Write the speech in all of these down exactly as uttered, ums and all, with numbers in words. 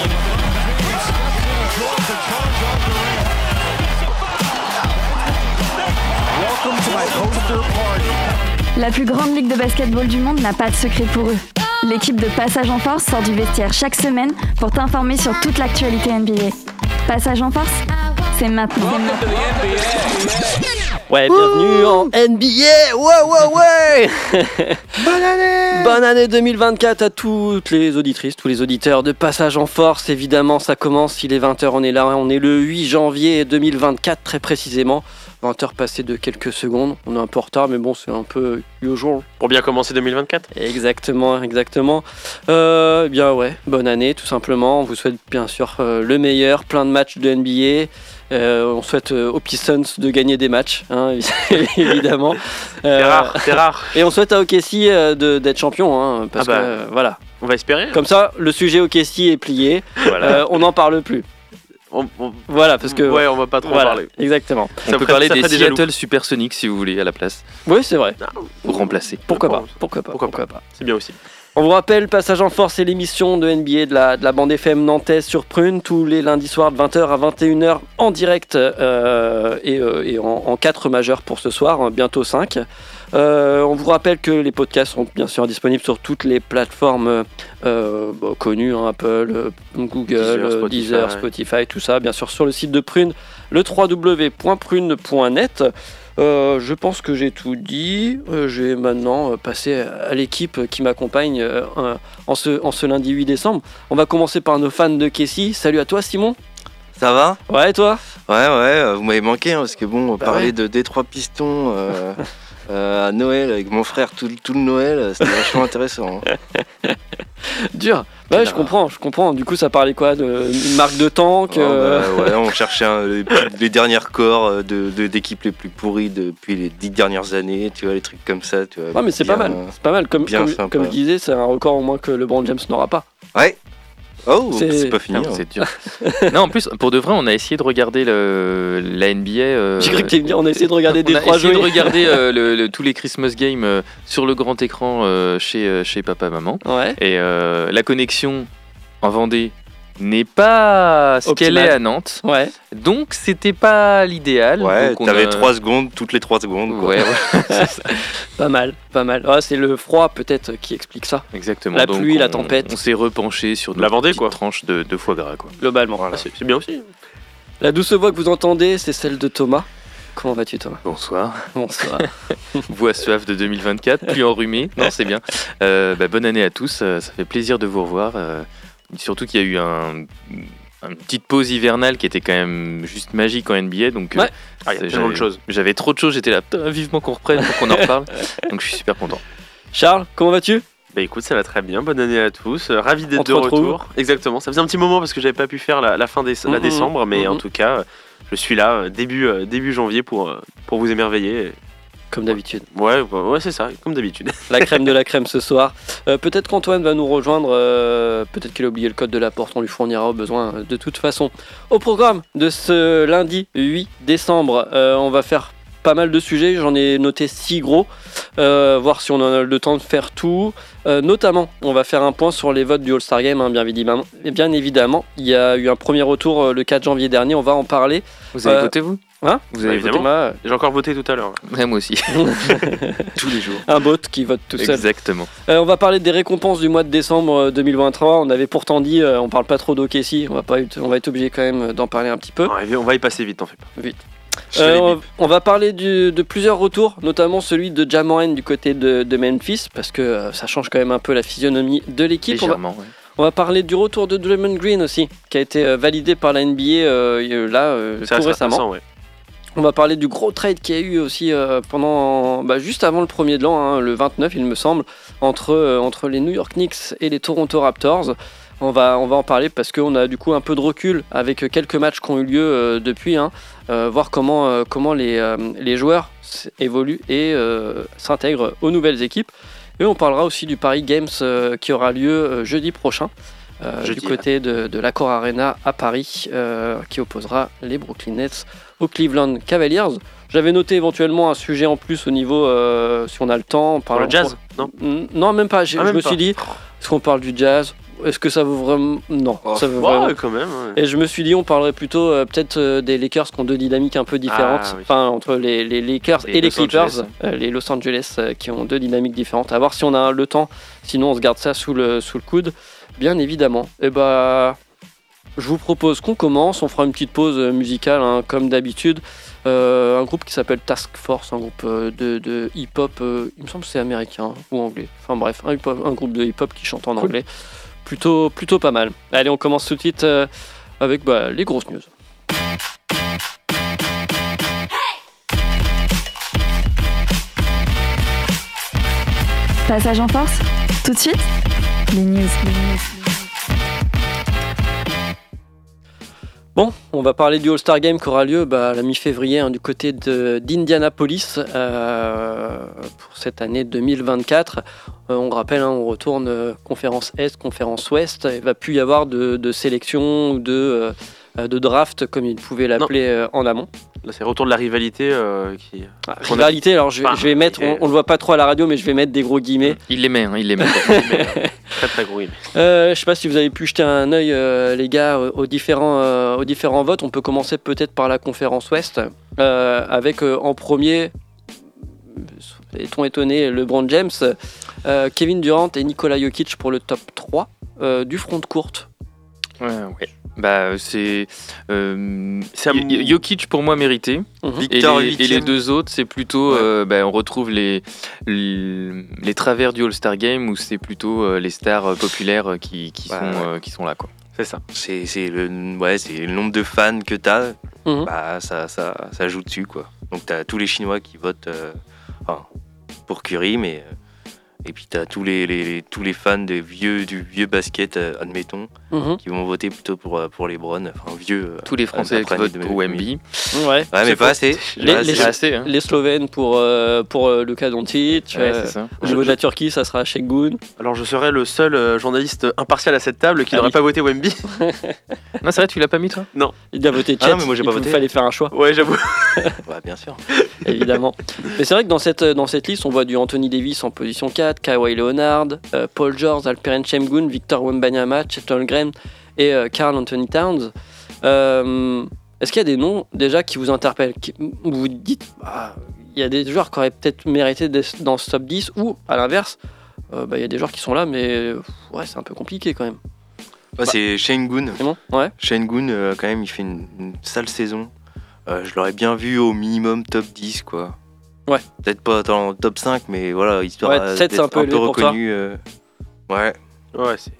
La plus grande ligue de basketball du monde n'a pas de secret pour eux. L'équipe de Passage en Force sort du vestiaire chaque semaine pour t'informer sur toute l'actualité N B A. Passage en Force, c'est maintenant. Ouais, bienvenue en N B A. Ouais, ouais, ouais. Bonne année. Bonne année deux mille vingt-quatre à toutes les auditrices, tous les auditeurs de Passage en Force. Évidemment, ça commence, il est vingt heures, on est là, on est le huit janvier deux mille vingt-quatre très précisément. vingt heures passées de quelques secondes, on est un peu en retard mais bon c'est un peu usual. Pour bien commencer deux mille vingt-quatre. Exactement, exactement. Euh, bien ouais, bonne année tout simplement, on vous souhaite bien sûr euh, le meilleur, plein de matchs de N B A. Euh, on souhaite euh, aux Pistons de gagner des matchs, hein, évidemment. Euh, c'est rare, c'est rare. Et on souhaite à O K C euh, de, d'être champion, hein, parce ah bah, que euh, voilà. On va espérer. Comme ça, le sujet O K C est plié, voilà. euh, on n'en parle plus. On, on... Voilà, parce que ouais, on va pas trop voilà, en parler. Exactement. On ça peut ferait, parler des Seattle Supersonics si vous voulez à la place. Oui, c'est vrai. Pour remplacer. Pourquoi pas. Pourquoi pas. Pourquoi, Pourquoi pas. pas. C'est bien aussi. On vous rappelle, Passage en Force, c'est l'émission de N B A de la, de la bande F M nantaise sur Prune, tous les lundis soirs de vingt heures à vingt et une heures en direct euh, et, euh, et en, en quatre majeurs pour ce soir, bientôt cinq. Euh, on vous rappelle que les podcasts sont bien sûr disponibles sur toutes les plateformes euh, bon, connues, hein, Apple, Google, Deezer Spotify. Deezer, Spotify, tout ça, bien sûr sur le site de Prune, le w w w point prune point net. Euh, je pense que j'ai tout dit. Euh, je vais maintenant passer à l'équipe qui m'accompagne euh, en, ce, en ce lundi huit décembre. On va commencer par nos fans de Kessie. Salut à toi Simon. Ça va ? Ouais, et toi ? Ouais, ouais, vous m'avez manqué, hein, parce que bon, bah parler ouais. de Détroit Pistons euh, euh, à Noël avec mon frère tout, tout le Noël, c'était vachement intéressant. Hein. Dur. Ouais, je comprends, je comprends. Du coup, ça parlait quoi de une marque de tank oh, euh... bah, ouais, on cherchait un, les, les dernières corps de, de, d'équipes les plus pourries depuis les dix dernières années, tu vois, les trucs comme ça. Tu vois, ouais, mais c'est bien, pas mal. C'est pas mal. Comme, comme, comme je disais, c'est un record au moins que LeBron James n'aura pas. Ouais. Oh, c'est, c'est pas fini. Non, hein. C'est dur. Non, en plus, pour de vrai, on a essayé de regarder le, la N B A. Euh, J'ai cru que tu allais me dire, on a essayé de regarder des trois jeux. On a essayé de regarder euh, le, le, tous les Christmas games euh, sur le grand écran euh, chez, chez papa, maman. Ouais. Et euh, la connexion en Vendée n'est pas ce qu'elle est à Nantes. Ouais. Donc, c'était pas l'idéal. Ouais, donc t'avais a... trois secondes toutes les trois secondes. Quoi. Ouais, ouais. C'est ça. Pas mal, pas mal. Ah, c'est le froid peut-être qui explique ça. Exactement. La donc pluie, on, la tempête. On s'est repenché sur la Vendée, quoi. Tranche de, de foie gras, quoi. Globalement. Voilà, c'est, c'est bien aussi. La douce voix que vous entendez, c'est celle de Thomas. Comment vas-tu, Thomas ? Bonsoir. Bonsoir. Voix suave de deux mille vingt-quatre, plus enrhumée. Non, c'est bien. Euh, bah, bonne année à tous. Ça fait plaisir de vous revoir. Euh, surtout qu'il y a eu un, une petite pause hivernale qui était quand même juste magique en N B A. Donc, ouais. euh, ah, y a tellement de choses. J'avais trop de choses. J'étais là, vivement qu'on reprenne pour qu'on en reparle. Donc, je suis super content. Charles, comment vas-tu ? Bah écoute, ça va très bien, bonne année à tous, euh, ravi d'être On de retour. Exactement, ça faisait un petit moment parce que j'avais pas pu faire la, la fin des, mmh, la décembre, mais mmh. en tout cas, euh, je suis là euh, début, euh, début janvier pour, euh, pour vous émerveiller. Comme d'habitude. Ouais, ouais, c'est ça, comme d'habitude. La crème de la crème ce soir. Euh, peut-être qu'Antoine va nous rejoindre, euh, peut-être qu'il a oublié le code de la porte, on lui fournira au besoin euh, de toute façon. Au programme de ce lundi huit décembre, euh, on va faire pas mal de sujets, j'en ai noté six gros, euh, voir si on en a le temps de faire tout. Euh, notamment, on va faire un point sur les votes du All-Star Game, hein, bien évidemment. Et bien évidemment, il y a eu un premier retour euh, le quatre janvier dernier, on va en parler. Vous avez euh, voté, vous Hein Vous avez voté ma... J'ai encore voté tout à l'heure. Ouais, moi aussi. Tous les jours. Un bot qui vote tout seul. Exactement. Euh, on va parler des récompenses du mois de décembre deux mille vingt-trois. On avait pourtant dit, euh, on parle pas trop d'O K C. On va pas, on va être obligé quand même d'en parler un petit peu. Ouais, on va y passer vite, t'en fais pas. Vite. Euh, on va parler du, de plusieurs retours, notamment celui de Ja Morant du côté de, de Memphis, parce que euh, ça change quand même un peu la physionomie de l'équipe. Légèrement, on va, ouais. on va parler du retour de Draymond Green aussi, qui a été euh, validé par la N B A euh, là euh, tout récemment. Intéressant, ouais. On va parler du gros trade qu'il y a eu aussi euh, pendant, bah, juste avant le premier de l'an, hein, le vingt-neuf il me semble, entre, euh, entre les New York Knicks et les Toronto Raptors. On va, on va en parler parce qu'on a du coup un peu de recul avec quelques matchs qui ont eu lieu euh, depuis, hein, euh, voir comment, euh, comment les, euh, les joueurs évoluent et euh, s'intègrent aux nouvelles équipes. Et on parlera aussi du Paris Games euh, qui aura lieu euh, jeudi prochain, euh, jeudi, du côté de, de l'Accor Arena à Paris, euh, qui opposera les Brooklyn Nets aux Cleveland Cavaliers. J'avais noté éventuellement un sujet en plus au niveau, euh, si on a le temps. Pour le jazz, pour... non, non, même pas. J'ai, ah, je même me pas. suis dit, est-ce qu'on parle du jazz ? est-ce que ça vaut vraiment... Non, oh, ça vaut ouais, vraiment... quand même. Ouais. Et je me suis dit, on parlerait plutôt euh, peut-être euh, des Lakers qui ont deux dynamiques un peu différentes. Ah, oui. Enfin, entre les, les Lakers et, et les Los Clippers, euh, les Los Angeles euh, qui ont deux dynamiques différentes. À voir si on a le temps, sinon on se garde ça sous le, sous le coude, bien évidemment. Et bah, je vous propose qu'on commence, on fera une petite pause musicale, hein, comme d'habitude. Euh, un groupe qui s'appelle Task Force, un groupe euh, de, de hip-hop, euh, il me semble que c'est américain ou anglais. Enfin bref, un, un groupe de hip-hop qui chante en cool. anglais. Plutôt, plutôt pas mal. Allez, on commence tout de suite euh, avec bah, les grosses news. Passage en force, tout de suite, les news. Les news. Bon, on va parler du All-Star Game qui aura lieu bah, à la mi-février hein, du côté de, d'Indianapolis euh, pour cette année deux mille vingt-quatre. Euh, on rappelle, hein, on retourne euh, conférence Est, conférence Ouest. Il ne va plus y avoir de, de sélection ou de, euh, de draft comme il pouvait l'appeler euh, en amont. Là, c'est le retour de la rivalité euh, qui. Ah, rivalité, alors je, enfin, je vais mettre, on, on le voit pas trop à la radio, mais je vais mettre des gros guillemets. Il les met, hein, il les met. Très très gros guillemets. Euh, je sais pas si vous avez pu jeter un œil, euh, les gars, aux différents, euh, aux différents votes. On peut commencer peut-être par la conférence Ouest, euh, avec euh, en premier, est-on étonné, LeBron James, euh, Kevin Durant et Nikola Jokic pour le top trois euh, du front de courte. Ouais, ouais. Bah, c'est, euh, c'est un... Jokic pour moi mérité. Mm-hmm. Et, les, et les deux autres, c'est plutôt, ouais. euh, bah, on retrouve les, les, les travers du All-Star Game où c'est plutôt euh, les stars populaires qui, qui, ouais, sont, ouais. Euh, qui sont là, quoi. C'est ça. C'est, c'est, le, ouais, c'est le nombre de fans que t'as, mm-hmm. bah, ça, ça, ça joue dessus, quoi. Donc t'as tous les Chinois qui votent euh, enfin, pour Curry, mais... Euh, et puis t'as tous les, les, les, tous les fans de vieux, du vieux basket, euh, admettons, mm-hmm. qui vont voter plutôt pour, pour LeBron, enfin vieux. Tous les Français qui votent pour Wemby. Ouais, ouais mais pas assez. Les, pas les, assez. assez hein. Les Slovènes pour, euh, pour euh, Luka Doncic. Ouais, euh, c'est ça. Au niveau de la Turquie, ça sera Şengün. Alors je serai le seul euh, journaliste impartial à cette table qui ah, n'aurait oui. pas voté Wemby. Non, c'est vrai, tu l'as pas mis toi ? Non. Il a voté Chet. Ah, mais moi j'ai pas voté. Il fallait faire un choix. Ouais, j'avoue. Ouais, bien sûr. Évidemment. Mais c'est vrai que dans cette, dans cette liste, on voit du Anthony Davis en position quatre, Kawhi Leonard, euh, Paul George, Alperen Şengün, Victor Wembanyama, Chet Holmgren et euh, Karl Anthony Towns. Euh, est-ce qu'il y a des noms déjà qui vous interpellent, qui, où vous dites bah, il y a des joueurs qui auraient peut-être mérité d'être dans ce top dix, ou à l'inverse, euh, bah, il y a des joueurs qui sont là, mais ouais, c'est un peu compliqué quand même. Ouais, bah, c'est Şengün. C'est bon ouais. Şengün, euh, quand même, il fait une, une sale saison. Euh, je l'aurais bien vu au minimum top dix, quoi. Ouais. Peut-être pas dans le top cinq, mais voilà, histoire ouais, d'être c'est un peu, un peu reconnu. Euh... Ouais. Ouais, c'est...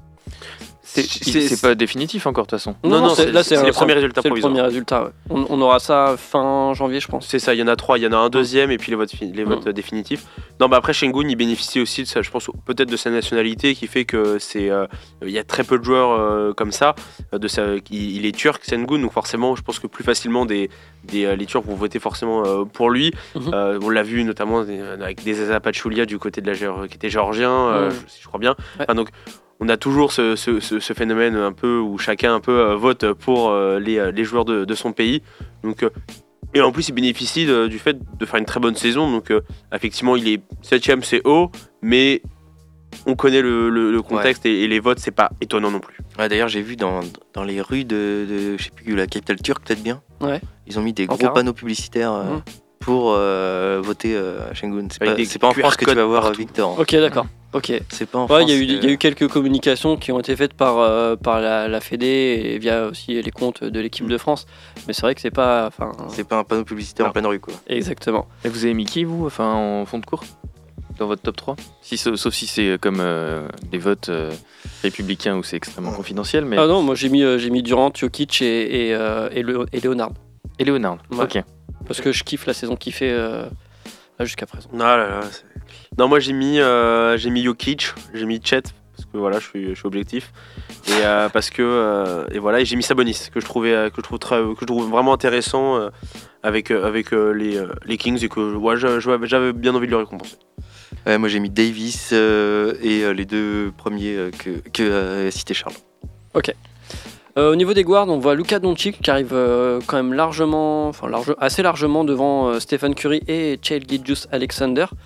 C'est, c'est, c'est pas définitif encore de toute façon. Non, non, non c'est, c'est, là c'est, c'est un, les premiers résultats c'est provisoires. le premier résultat. Ouais. On, on aura ça fin janvier, je pense. C'est ça, il y en a trois. Il y en a un deuxième et puis les votes, les votes mmh. définitifs. Non, bah après Şengün, il bénéficie aussi de ça, je pense peut-être de sa nationalité qui fait que c'est, euh, il y a très peu de joueurs euh, comme ça. De sa, il, il est turc, Şengün, donc forcément, je pense que plus facilement des, des euh, les Turcs vont voter forcément euh, pour lui. Mmh. Euh, on l'a vu notamment des, avec des Zaza Pachulia du côté de la qui était géorgien, mmh. euh, je, je crois bien. Ouais. Enfin, donc on a toujours ce, ce, ce, ce phénomène un peu où chacun un peu euh, vote pour euh, les, les joueurs de, de son pays. Donc, euh, et en plus, il bénéficie de, du fait de faire une très bonne saison. Donc, euh, effectivement, il est septième, c'est haut, mais on connaît le, le, le contexte ouais. et, et les votes, c'est pas étonnant non plus. Ouais, d'ailleurs, j'ai vu dans, dans les rues de, de, je sais plus, la capitale turque, peut-être bien. Ouais. Ils ont mis des Ankara. gros panneaux publicitaires euh, mmh. pour euh, voter euh, Şengün. C'est Avec pas, c'est pas en France que tu vas voir partout. Victor. Ok, d'accord. Ok. C'est pas en ouais, France. Il y a eu, que... il y a eu quelques communications qui ont été faites par euh, par la, la Fédé et via aussi les comptes de l'équipe de France. Mais c'est vrai que c'est pas, enfin. C'est pas un panneau publicitaire non. en pleine rue, quoi. Exactement. Et vous avez mis qui vous, enfin en fond de cours, dans votre top trois, si, sauf si c'est comme euh, des votes euh, républicains où c'est extrêmement confidentiel. Mais... Ah non, moi j'ai mis euh, j'ai mis Durant, Jokic et et, euh, et, le, et Leonard. Et Leonard. Ouais. Ok. Parce que je kiffe la saison qu'il fait euh, jusqu'à présent. Ah là là, c'est... Non, moi j'ai mis, euh, j'ai mis Jokic, j'ai mis Chet, parce que voilà, je suis, je suis objectif. Et euh, parce que, euh, et voilà, et j'ai mis Sabonis, que je trouvais, que je trouve, très, que je trouve vraiment intéressant euh, avec, avec euh, les, euh, les Kings et que ouais, j'avais, j'avais bien envie de le récompenser. Ouais, moi j'ai mis Davis euh, et euh, les deux premiers euh, que, que euh, cité Charles. Ok. Euh, au niveau des guards, on voit Luka Doncic qui arrive euh, quand même largement, enfin large, assez largement devant euh, Stephen Curry et Shai Gilgeous-Alexander.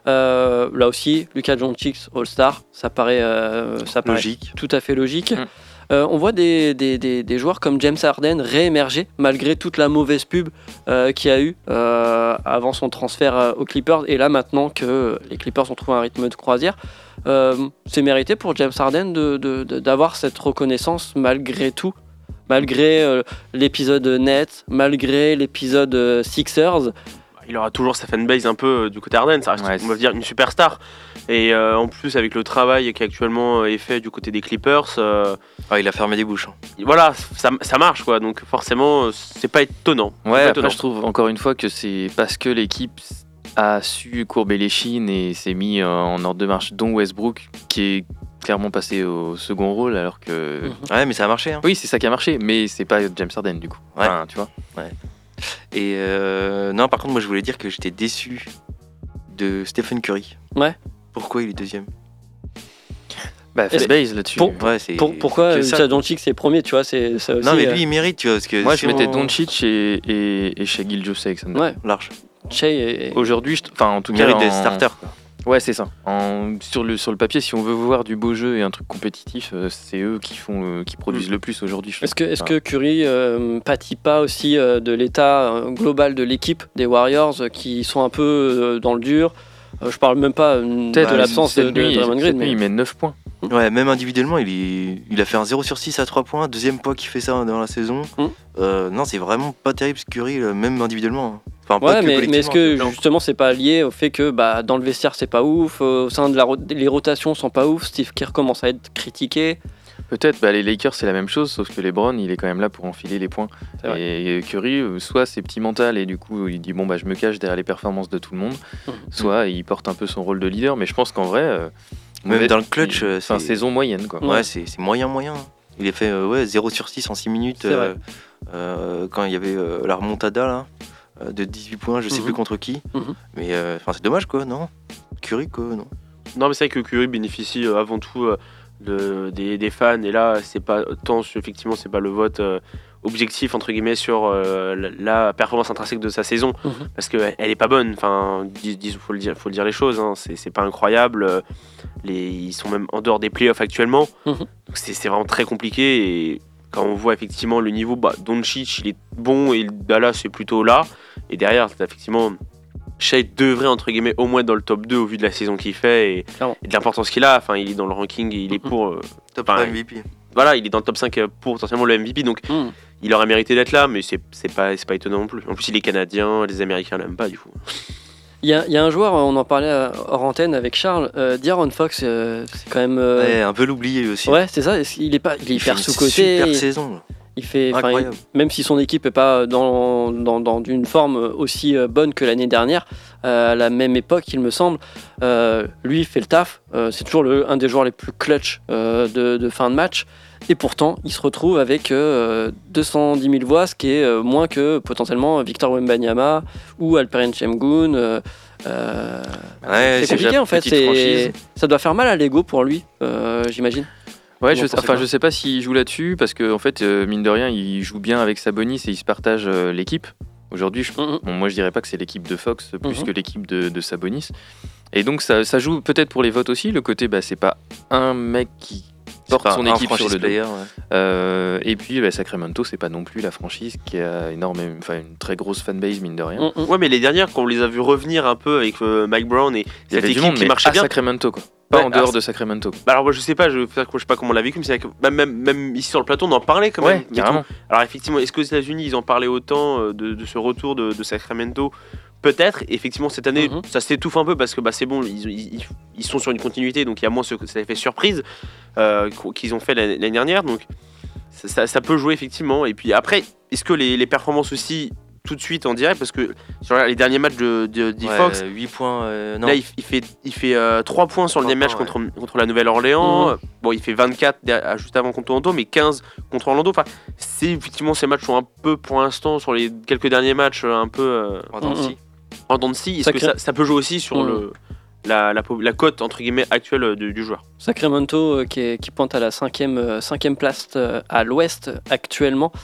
Euh, là aussi, Luka Doncic All-Star, ça paraît, euh, ça paraît logique. Tout à fait logique. Mm. Euh, on voit des, des, des, des joueurs comme James Harden réémerger malgré toute la mauvaise pub euh, qu'il y a eu euh, avant son transfert euh, aux Clippers. Et là, maintenant que les Clippers ont trouvé un rythme de croisière, euh, c'est mérité pour James Harden de, de, de, d'avoir cette reconnaissance malgré tout. Malgré euh, l'épisode Nets, malgré l'épisode euh, Sixers. Il aura toujours sa fanbase un peu euh, du côté Harden, ça reste, ouais, on va dire, une superstar. Et euh, en plus, avec le travail qui actuellement est fait du côté des Clippers, euh, ah, il a fermé des bouches. Hein. Voilà, ça, ça marche quoi. Donc forcément, c'est pas étonnant. Ouais, pas après, étonnant. Je trouve encore une fois que c'est parce que l'équipe a su courber les chines et s'est mis en ordre de marche, dont Westbrook, qui est clairement passé au second rôle, alors que. Mmh. Ouais, mais ça a marché. Hein. Oui, c'est ça qui a marché, mais c'est pas James Harden du coup. Ouais. Enfin, tu vois. Ouais. Et euh, non, par contre, moi je voulais dire que j'étais déçu de Stephen Curry. Ouais. Pourquoi il est deuxième? Bah, fanbase là-dessus. Pour, ouais, c'est, pour, pourquoi Luka Doncic c'est premier, tu vois, c'est ça aussi. Non, mais lui il mérite, tu vois. Parce que moi si je mettais on... Doncic et, et, et Shai Gilgeous-Alexander. Ouais, large. Shai est... Aujourd'hui, enfin en tout il cas. mérite en... des starters, quoi. Ouais, c'est ça. En, sur, le, sur le papier, si on veut voir du beau jeu et un truc compétitif, euh, c'est eux qui, font, euh, qui produisent mmh. le plus aujourd'hui. Est-ce que, est-ce que Curry euh, pâtit pas aussi euh, de l'état euh, global de l'équipe des Warriors euh, qui sont un peu euh, dans le dur euh, Je parle même pas euh, de l'absence de, de Draymond Green. Mais il met neuf points. Ouais, même individuellement, il, est... il a fait un zéro sur six à trois points. Deuxième fois qu'il fait ça dans la saison. Mmh. Euh, non, c'est vraiment pas terrible ce Curry, même individuellement. Enfin, ouais, mais, mais est-ce que justement c'est pas lié au fait que bah, dans le vestiaire c'est pas ouf, au sein de la ro- les rotations sont pas ouf, Steve Kerr commence à être critiqué. Peut-être, bah, les Lakers c'est la même chose, sauf que LeBron il est quand même là pour enfiler les points. Et Curry, soit c'est petit mental et du coup il dit bon bah je me cache derrière les performances de tout le monde, mmh. soit il porte un peu son rôle de leader, mais je pense qu'en vrai, euh, même dans le clutch, il, c'est une saison moyenne quoi. Ouais, ouais. C'est, c'est moyen moyen. Il a fait euh, ouais, zéro sur six en six minutes euh, euh, quand il y avait euh, la remontada là. De dix-huit points, je sais mmh. plus contre qui, mmh. mais euh, c'est dommage quoi, non? Curry quoi, non? Non, mais c'est vrai que Curry bénéficie euh, avant tout euh, de, des, des fans, et là, c'est pas tant, effectivement, c'est pas le vote euh, objectif entre guillemets sur euh, la, la performance intrinsèque de sa saison, mmh. parce qu'elle elle est pas bonne. Enfin, dis, dis, faut le dire, faut le dire les choses. Hein, c'est, c'est pas incroyable. Les, ils sont même en dehors des playoffs actuellement, mmh. donc c'est, c'est vraiment très compliqué. Et quand on voit effectivement le niveau, bah, Doncic il est bon et Dallas c'est plutôt là. Et derrière, effectivement, Shai devrait entre guillemets au moins dans le top deux au vu de la saison qu'il fait et, et de l'importance qu'il a. Enfin, il est dans le ranking, il est pour euh, top enfin, M V P. Voilà, il est dans le top cinq pour potentiellement le M V P. Donc, mm. il aurait mérité d'être là, mais c'est c'est pas c'est pas étonnant non plus. En plus, il est canadien, les Américains l'aiment pas du coup. Il y, y a un joueur, on en parlait hors antenne avec Charles, euh, De'Aaron Fox, euh, c'est quand même. Euh... Ouais, un peu l'oublié aussi. Ouais, c'est ça. Il est pas, il est hyper sous-coté. Super il... saison. Il fait, il, même si son équipe n'est pas dans, dans, dans une forme aussi bonne que l'année dernière, euh, à la même époque, il me semble, euh, lui il fait le taf. Euh, c'est toujours le, un des joueurs les plus clutch euh, de, de fin de match. Et pourtant, il se retrouve avec euh, deux cent dix mille voix, ce qui est euh, moins que potentiellement Victor Wembanyama ou Alperen Sengun. Euh, euh, ouais, c'est compliqué en fait. C'est, ça doit faire mal à l'ego pour lui, euh, j'imagine. Ouais, je, enfin, je sais pas s'il joue là-dessus parce que en fait, euh, mine de rien, il joue bien avec Sabonis et il se partage euh, l'équipe. Aujourd'hui, je, mm-hmm. bon, moi je dirais pas que c'est l'équipe de Fox plus mm-hmm. que l'équipe de, de Sabonis. Et donc ça, ça joue peut-être pour les votes aussi. Le côté, bah, c'est pas un mec qui porte son équipe sur le dos. Player, ouais. euh, et puis bah, Sacramento, c'est pas non plus la franchise qui a énormément, enfin une très grosse fanbase mine de rien. Mm-hmm. Ouais, mais les dernières, quand on les a vus revenir un peu avec euh, Mike Brown et cette équipe monde, qui marchait à bien. Sacramento quoi. Pas ouais, en dehors alors, de Sacramento. Bah alors moi je sais pas, je, je sais pas comment on l'a vécu, mais c'est que même, même, même ici sur le plateau on en parlait quand même. Ouais, carrément. Alors effectivement, est-ce qu'aux États-Unis ils en parlaient autant de, de ce retour de, de Sacramento? Peut-être. Effectivement cette année mm-hmm. ça s'étouffe un peu parce que bah c'est bon, ils, ils, ils sont sur une continuité, donc il y a moins ce, cet effet surprise euh, qu'ils ont fait l'année, l'année dernière, donc ça, ça, ça peut jouer effectivement. Et puis après, est-ce que les, les performances aussi tout de suite en direct, parce que sur les derniers matchs de, de, de ouais, Fox, huit points, euh, non. Là il, il fait, il fait euh, trois points sur le dernier match ouais. contre, contre la Nouvelle-Orléans. Mmh. Bon, il fait vingt-quatre juste avant contre Orlando, mais quinze contre Orlando. Enfin, c'est effectivement ces matchs sont un peu pour l'instant sur les quelques derniers matchs un peu euh, en dents de scie. En dents de scie. Est-ce Sacré... que ça, ça peut jouer aussi sur mmh. le la, la, la cote entre guillemets actuelle du, du joueur? Sacramento euh, qui, est, qui pointe à la cinquième, euh, cinquième place euh, à l'Ouest actuellement.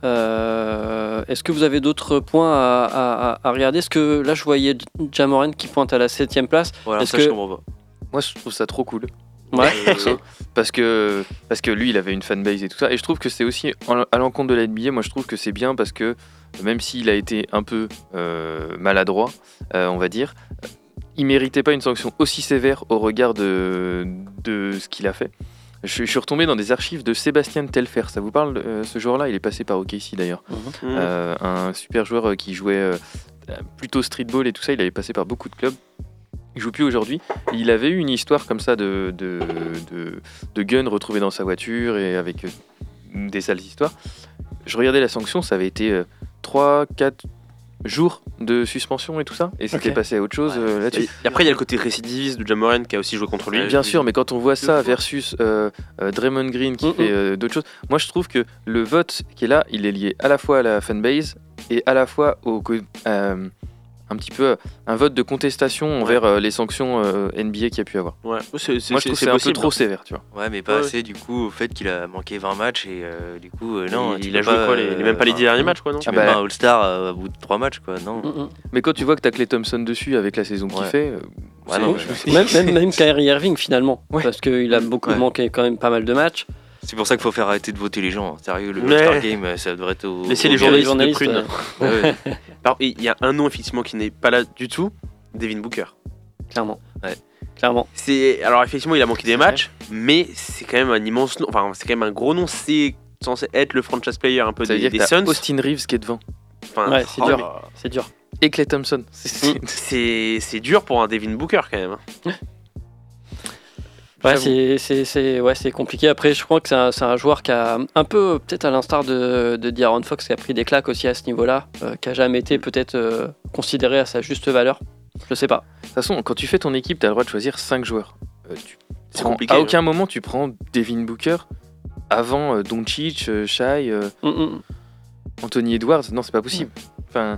Euh, est-ce que vous avez d'autres points à, à, à regarder? Est-ce que là je voyais Ja Morant qui pointe à la septième place? Voilà, est-ce ça que... je comprends pas. Moi je trouve ça trop cool. Ouais. parce que parce que lui il avait une fanbase et tout ça, et je trouve que c'est aussi à l'encontre de la N B A. Moi je trouve que c'est bien parce que même s'il a été un peu euh, maladroit, euh, on va dire, il méritait pas une sanction aussi sévère au regard de, de ce qu'il a fait. Je, je suis retombé dans des archives de Sébastien Telfer. Ça vous parle euh, ce joueur-là? Il est passé par O K C d'ailleurs. Mmh. Euh, un super joueur qui jouait euh, plutôt streetball et tout ça. Il avait passé par beaucoup de clubs. Il joue plus aujourd'hui. Et il avait eu une histoire comme ça de, de, de, de gun retrouvé dans sa voiture et avec euh, des sales histoires. Je regardais la sanction, ça avait été euh, trois quatre jours de suspension et tout ça, et c'était okay. passé à autre chose. Ouais, euh, là-dessus. Et après il y a le côté récidiviste de Ja Morant qui a aussi joué contre lui. Bien sûr, mais quand on voit ça versus euh, euh, Draymond Green qui mm-hmm. fait euh, d'autres choses, moi je trouve que le vote qui est là, il est lié à la fois à la fanbase et à la fois au euh, un petit peu un vote de contestation envers ouais. euh, les sanctions euh, N B A qu'il y a pu avoir. Ouais. C'est, c'est, moi je trouve que c'est un peu trop sévère, tu vois. Ouais, mais pas ouais. assez du coup au fait qu'il a manqué vingt matchs et euh, du coup euh, non. Il, il a joué pas, quoi, les, euh, même pas les dix derniers matchs quoi, non. Tu ah mets bah, pas un All-Star euh, à bout de trois matchs quoi, non. Mm-hmm. Mais quand tu vois que t'as Klay Thompson dessus avec la saison qu'il ouais. fait, euh, ouais, non, ouais. même même même Kyrie Irving finalement, ouais. parce qu'il a beaucoup ouais. manqué quand même pas mal de matchs. C'est pour ça qu'il faut faire arrêter de voter les gens. Sérieux, le ouais. All-Star Game, ça devrait être au. Laissez les journalistes, les journalistes de prune. Ouais. Alors, il y a un nom effectivement qui n'est pas là du tout, Devin Booker. Clairement. Ouais. Clairement. C'est alors effectivement, il a manqué des matchs, mais c'est quand même un immense nom. Enfin, c'est quand même un gros nom. C'est censé être le franchise player un peu ça des, des Suns. Austin Reeves qui est devant. Enfin, ouais, c'est oh, dur. Mais... C'est dur. Et Klay Thompson. C'est, c'est, c'est dur pour un Devin Booker quand même. Ouais, c'est, c'est, c'est, ouais, c'est compliqué. Après, je crois que c'est un, c'est un joueur qui a un peu, peut-être à l'instar de, de De'Aaron Fox, qui a pris des claques aussi à ce niveau-là, euh, qui a jamais été peut-être euh, considéré à sa juste valeur. Je sais pas. De toute façon, quand tu fais ton équipe, tu as le droit de choisir cinq joueurs. Euh, tu c'est prends, compliqué. À aucun hein. moment, tu prends Devin Booker avant euh, Doncic, euh, Shai, euh, mm-hmm. Anthony Edwards. Non, c'est pas possible. Mm. Enfin,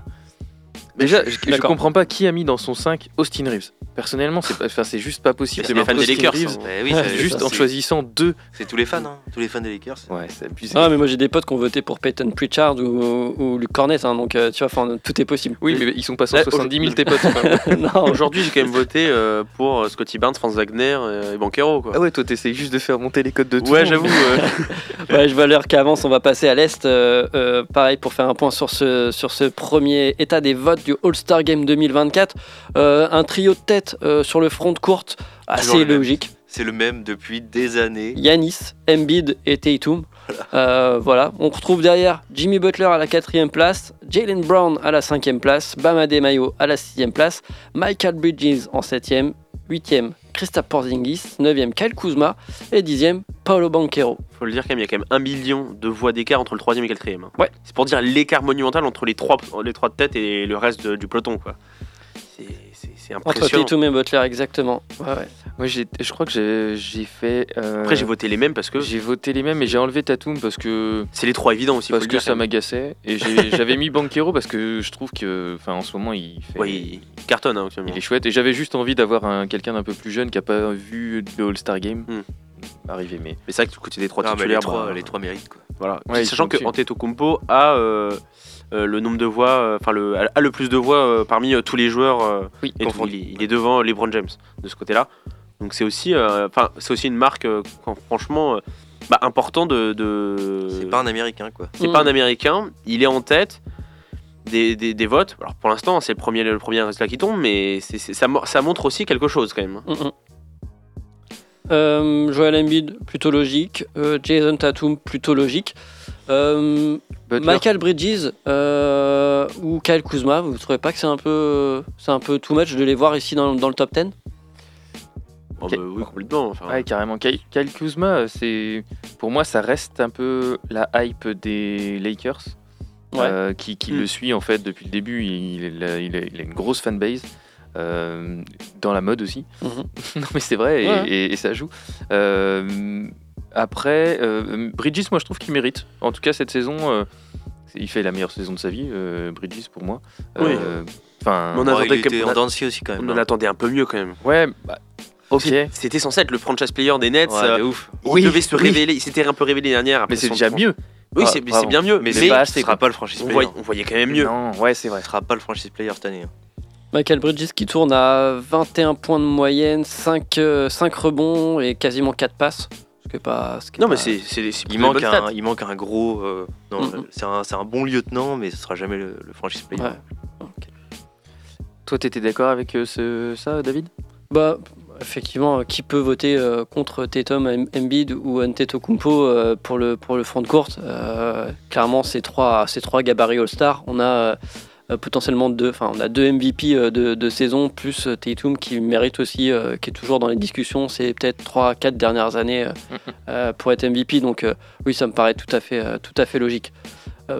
déjà, je, je comprends pas qui a mis dans son cinq Austin Reeves. Personnellement, c'est, enfin, c'est juste pas possible. C'est les fans des Lakers. Reeves, bah oui, c'est, juste ça, en c'est... choisissant deux. C'est tous les fans, hein. Tous les fans des Lakers. Ouais, c'est abusé. Ah, mais moi j'ai des potes qui ont voté pour Peyton Pritchard ou, ou Luke Cornett, hein, donc euh, tu vois, enfin, tout est possible. Oui, mais ils sont pas cent soixante-dix mille tes potes. Non, aujourd'hui j'ai quand même voté euh, pour Scottie Barnes, Franz Wagner et Banchero. Quoi. Ah ouais, toi t'essayes juste de faire monter les codes de tout. Ouais, j'avoue. Euh... ouais, je vois l'heure qu'avance, on va passer à l'Est. Euh, euh, pareil, pour faire un point sur ce, sur ce premier état des votes du All-Star Game deux mille vingt-quatre. Euh, un trio de tête euh, sur le front de courte, assez logique. C'est le même depuis des années. Giannis, Embiid et Tatum. Voilà. Euh, voilà. On retrouve derrière Jimmy Butler à la quatrième place, Jaylen Brown à la cinquième place, Bam Adebayo à la sixième place, Michael Bridges en septième, huitième Kristaps Porzingis, neuvième Kyle Kuzma et dixième Paolo Banchero. Faut le dire quand même, il y a quand même un million de voix d'écart entre le troisième et le quatrième. Hein. Ouais. C'est pour dire l'écart monumental entre les trois, les trois de tête et le reste de, du peloton, quoi. C'est, c'est, c'est impressionnant. Entre Tatum et Butler, exactement. Ouais, ouais. Moi, j'ai, je crois que j'ai, j'ai fait. Euh... Après, j'ai voté les mêmes parce que. J'ai voté les mêmes, mais j'ai enlevé Tatum parce que. C'est les trois évidents aussi. Parce que ça m'agaçait. Et j'ai, j'avais mis Banchero parce que je trouve que, enfin, en ce moment, il fait. Ouais, il cartonne, hein, actuellement. Il est chouette. Et j'avais juste envie d'avoir un, quelqu'un d'un peu plus jeune qui a pas vu le All-Star Game hmm. arriver. Mais. Mais c'est vrai que du côté des trois non, titulaires, les trois, bah, les trois méritent quoi. Voilà. Ouais, sachant que Antetokounmpo a. Euh, Euh, le nombre de voix, enfin euh, le a le plus de voix euh, parmi euh, tous les joueurs. Euh, oui, et tout, il, est, il est devant LeBron James de ce côté-là. Donc c'est aussi, enfin euh, c'est aussi une marque, euh, quand, franchement, euh, bah, important de, de. C'est pas un Américain quoi. C'est mmh. pas un Américain. Il est en tête des, des, des votes. Alors pour l'instant, c'est le premier le premier résultat qui tombe, mais c'est, c'est, ça, ça montre aussi quelque chose quand même. Mmh. Euh, Joel Embiid plutôt logique, euh, Jason Tatum plutôt logique. Euh, Michael Bridges euh, ou Kyle Kuzma, vous ne trouvez pas que c'est un peu, c'est un peu too much de les voir ici dans, dans le top dix? Oh bah oui, complètement. Enfin... Ouais, carrément. Kyle, Kyle Kuzma, c'est, pour moi, ça reste un peu la hype des Lakers, ouais. euh, qui, qui mmh. le suit en fait depuis le début. Il, il, a, il, a, il a une grosse fanbase. Euh, dans la mode aussi. Mm-hmm. Non mais c'est vrai, et, ouais. et, et ça joue. Euh, après, euh, Bridges, moi je trouve qu'il mérite. En tout cas cette saison, euh, il fait la meilleure saison de sa vie, euh, Bridges pour moi. Oui. Enfin, on attendait ouais, en dents aussi quand même. On en attendait un peu mieux quand même. Ouais. Bah, ok. C'est, c'était censé être le franchise player des Nets. Ouais, euh, de ouf. Il oui, devait se oui. révéler. Il s'était un peu révélé dernière. Mais c'est déjà mieux. Oui, c'est, c'est bien mieux, mais, mais pas assez, ce sera pas le franchise player. On voyait, on voyait quand même mieux. Non, ouais, c'est vrai. Ce sera pas le franchise player cette année. Michael Bridges qui tourne à vingt et un points de moyenne, cinq, euh, cinq rebonds et quasiment quatre passes. Ce qui est pas, ce qui est non, pas... mais c'est, c'est, c'est il, manque un, il manque un gros. Euh, non, mm-hmm. c'est, un, c'est un bon lieutenant, mais ce sera jamais le, le franchise player. Ouais. Okay. Toi, t'étais d'accord avec euh, ce, ça, David ? Bah, effectivement, qui peut voter euh, contre Tatum, Embiid ou Antetokounmpo euh, pour le pour le front de courte euh, clairement, ces trois ces trois gabarits All-Star. On a euh, potentiellement deux, enfin, on a deux M V P euh, de, de saison plus Tatum qui mérite aussi, euh, qui est toujours dans les discussions. C'est peut-être trois quatre dernières années euh, euh, pour être M V P. Donc euh, oui, ça me paraît tout à fait euh, tout à fait logique. Euh,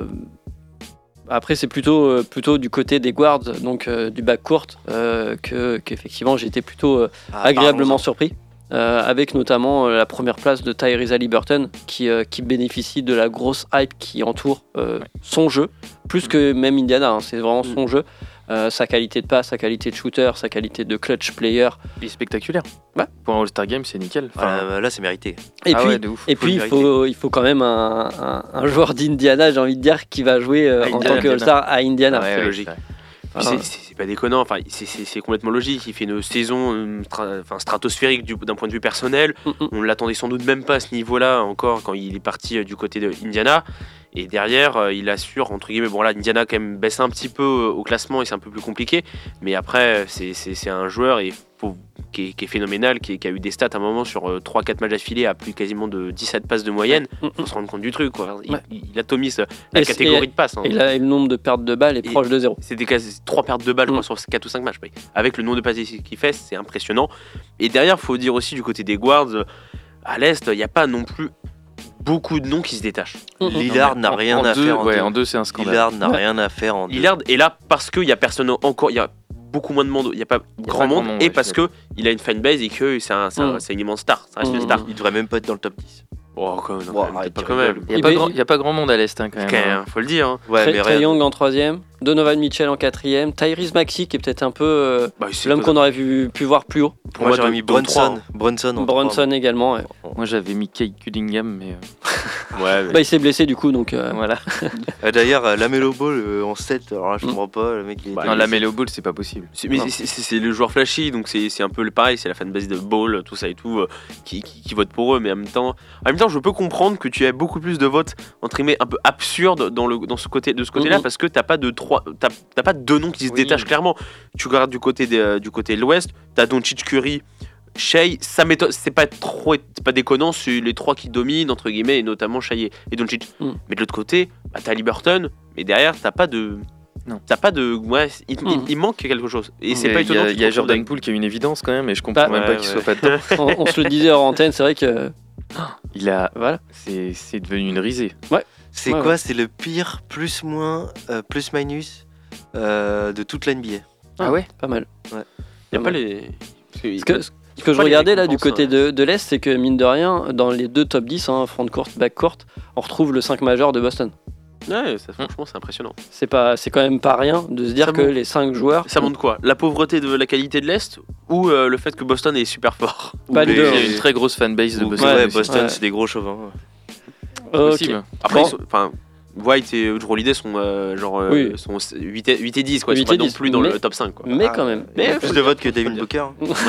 Après, c'est plutôt, euh, plutôt du côté des guards, donc euh, du backcourt, euh, que, qu'effectivement j'ai été plutôt euh, ah, agréablement surpris, euh, avec notamment euh, la première place de Tyrese Haliburton, qui, euh, qui bénéficie de la grosse hype qui entoure euh, son jeu, plus que même Indiana, hein, c'est vraiment son mm. jeu. Euh, sa qualité de passe, sa qualité de shooter, sa qualité de clutch player. Il est spectaculaire. Ouais. Pour un All-Star Game, c'est nickel. Enfin, euh, là, c'est mérité. Et ah puis, ouais, de ouf. et puis il, faut, il faut quand même un, un, un joueur d'Indiana, j'ai envie de dire, qui va jouer euh, en tant que All-Star à Indiana. Ah ouais, c'est ouais, logique. Enfin, c'est, c'est, c'est pas déconnant, enfin, c'est, c'est, c'est complètement logique. Il fait une saison euh, stra- enfin, stratosphérique du, d'un point de vue personnel. Mm-hmm. On l'attendait sans doute même pas à ce niveau-là encore quand il est parti euh, du côté de Indiana. Et derrière, euh, il assure, entre guillemets, bon là, Indiana quand même baisse un petit peu euh, au classement et c'est un peu plus compliqué. Mais après, c'est, c'est, c'est un joueur et faut, qui, est, qui est phénoménal, qui, est, qui a eu des stats à un moment sur euh, trois quatre matchs affilés à plus quasiment de dix-sept passes de moyenne. Il faut se rendre compte du truc, quoi. Il, ouais. il, il atomise la et catégorie de passes. Hein. Et, là, et le nombre de pertes de balles est et proche de zéro. C'est des trois pertes de balles mm. quoi, sur quatre ou cinq matchs. Ouais. Avec le nombre de passes qu'il fait, c'est impressionnant. Et derrière, il faut dire aussi du côté des guards, à l'Est, il n'y a pas non plus beaucoup de noms qui se détachent. Lillard n'a rien à deux, faire en ouais, deux. En deux, c'est un scandale. Lillard n'a ouais. rien à faire en deux. Lillard est là parce qu'il n'y a personne encore. Il y a beaucoup moins de monde. Il n'y a pas y a grand pas monde. monde et ouais, parce qu'il a une fanbase et que c'est, un, c'est, un, c'est une immense star. Ça reste mmh. une star. Il devrait même pas être dans le top dix. Oh, quand même. Wow, quand arrête, pas quand même. Il n'y a, a pas grand monde à l'Est, hein, quand même. Okay, hein. Faut le dire. Hein. Ouais, Trey, Trey Young en troisième, Donovan Mitchell en quatrième, Tyrese Maxey qui est peut-être un peu euh, bah, l'homme qu'on aurait vu, pu voir plus haut. Pour moi, moi j'aurais mis Brunson. Brunson, Brunson également. Ouais. Moi j'avais mis Kate Cunningham, mais. ouais, mais... Bah, il s'est blessé du coup, donc euh... voilà. D'ailleurs, euh, Lamelo Ball euh, en sept, alors là je comprends pas. Le mec, il est bah, non, Lamelo Ball, c'est pas possible. C'est, mais c'est, c'est, c'est le joueur flashy, donc c'est, c'est un peu pareil, c'est la fanbase de Ball, tout ça et tout, euh, qui, qui, qui vote pour eux, mais en même temps, en même temps, je peux comprendre que tu aies beaucoup plus de votes entre guillemets un peu absurdes dans le dans ce côté de ce côté-là, mm-hmm. parce que t'as pas de trois, t'as, t'as pas deux noms qui se oui. détachent clairement. Tu regardes du côté de, euh, du côté de l'Ouest, t'as Doncic, Curry, Shai, ça m'étonne, c'est pas trop, c'est pas déconnant, c'est les trois qui dominent entre guillemets, et notamment Shai et, et Doncic. Mm. Mais de l'autre côté, bah, t'as Haliburton, mais derrière t'as pas de Non. T'as pas de. Ouais, il, mmh. il, il manque quelque chose. Et c'est pas étonnant. Il y a Jordan Poole qui a une évidence quand même, et je comprends bah, même ouais, pas qu'il ouais. soit pas dedans. on, on se le disait hors antenne, c'est vrai que. Il a. Voilà. C'est, c'est devenu une risée. Ouais. C'est ouais, quoi ouais. C'est le pire plus-moins, euh, plus-minus euh, de toute l'N B A. Ah, ah ouais Pas mal. Ouais. Il y a pas les. Ce que, ce que je regardais là du côté de, de l'Est, c'est que mine de rien, dans les deux top dix, hein, front-court, back-court, on retrouve le cinq majeur de Boston. Ouais, ça, franchement, c'est impressionnant. C'est, pas, c'est quand même pas rien de se dire ça que montre, les cinq joueurs. Ça montre quoi ? La pauvreté de la qualité de l'Est ou euh, le fait que Boston est super fort ? Pas les, deux, il y a une très grosse fanbase de Boston. Ouais, ouais Boston, ouais. c'est des gros chauvins. Ouais. Okay. Après, bon. White et Jrue Holiday sont euh, genre euh, oui. sont huit et dix quoi, ils sont pas non plus dans mais, le top cinq quoi. Mais quand même. Mais il y a plus de votes que Devin Booker.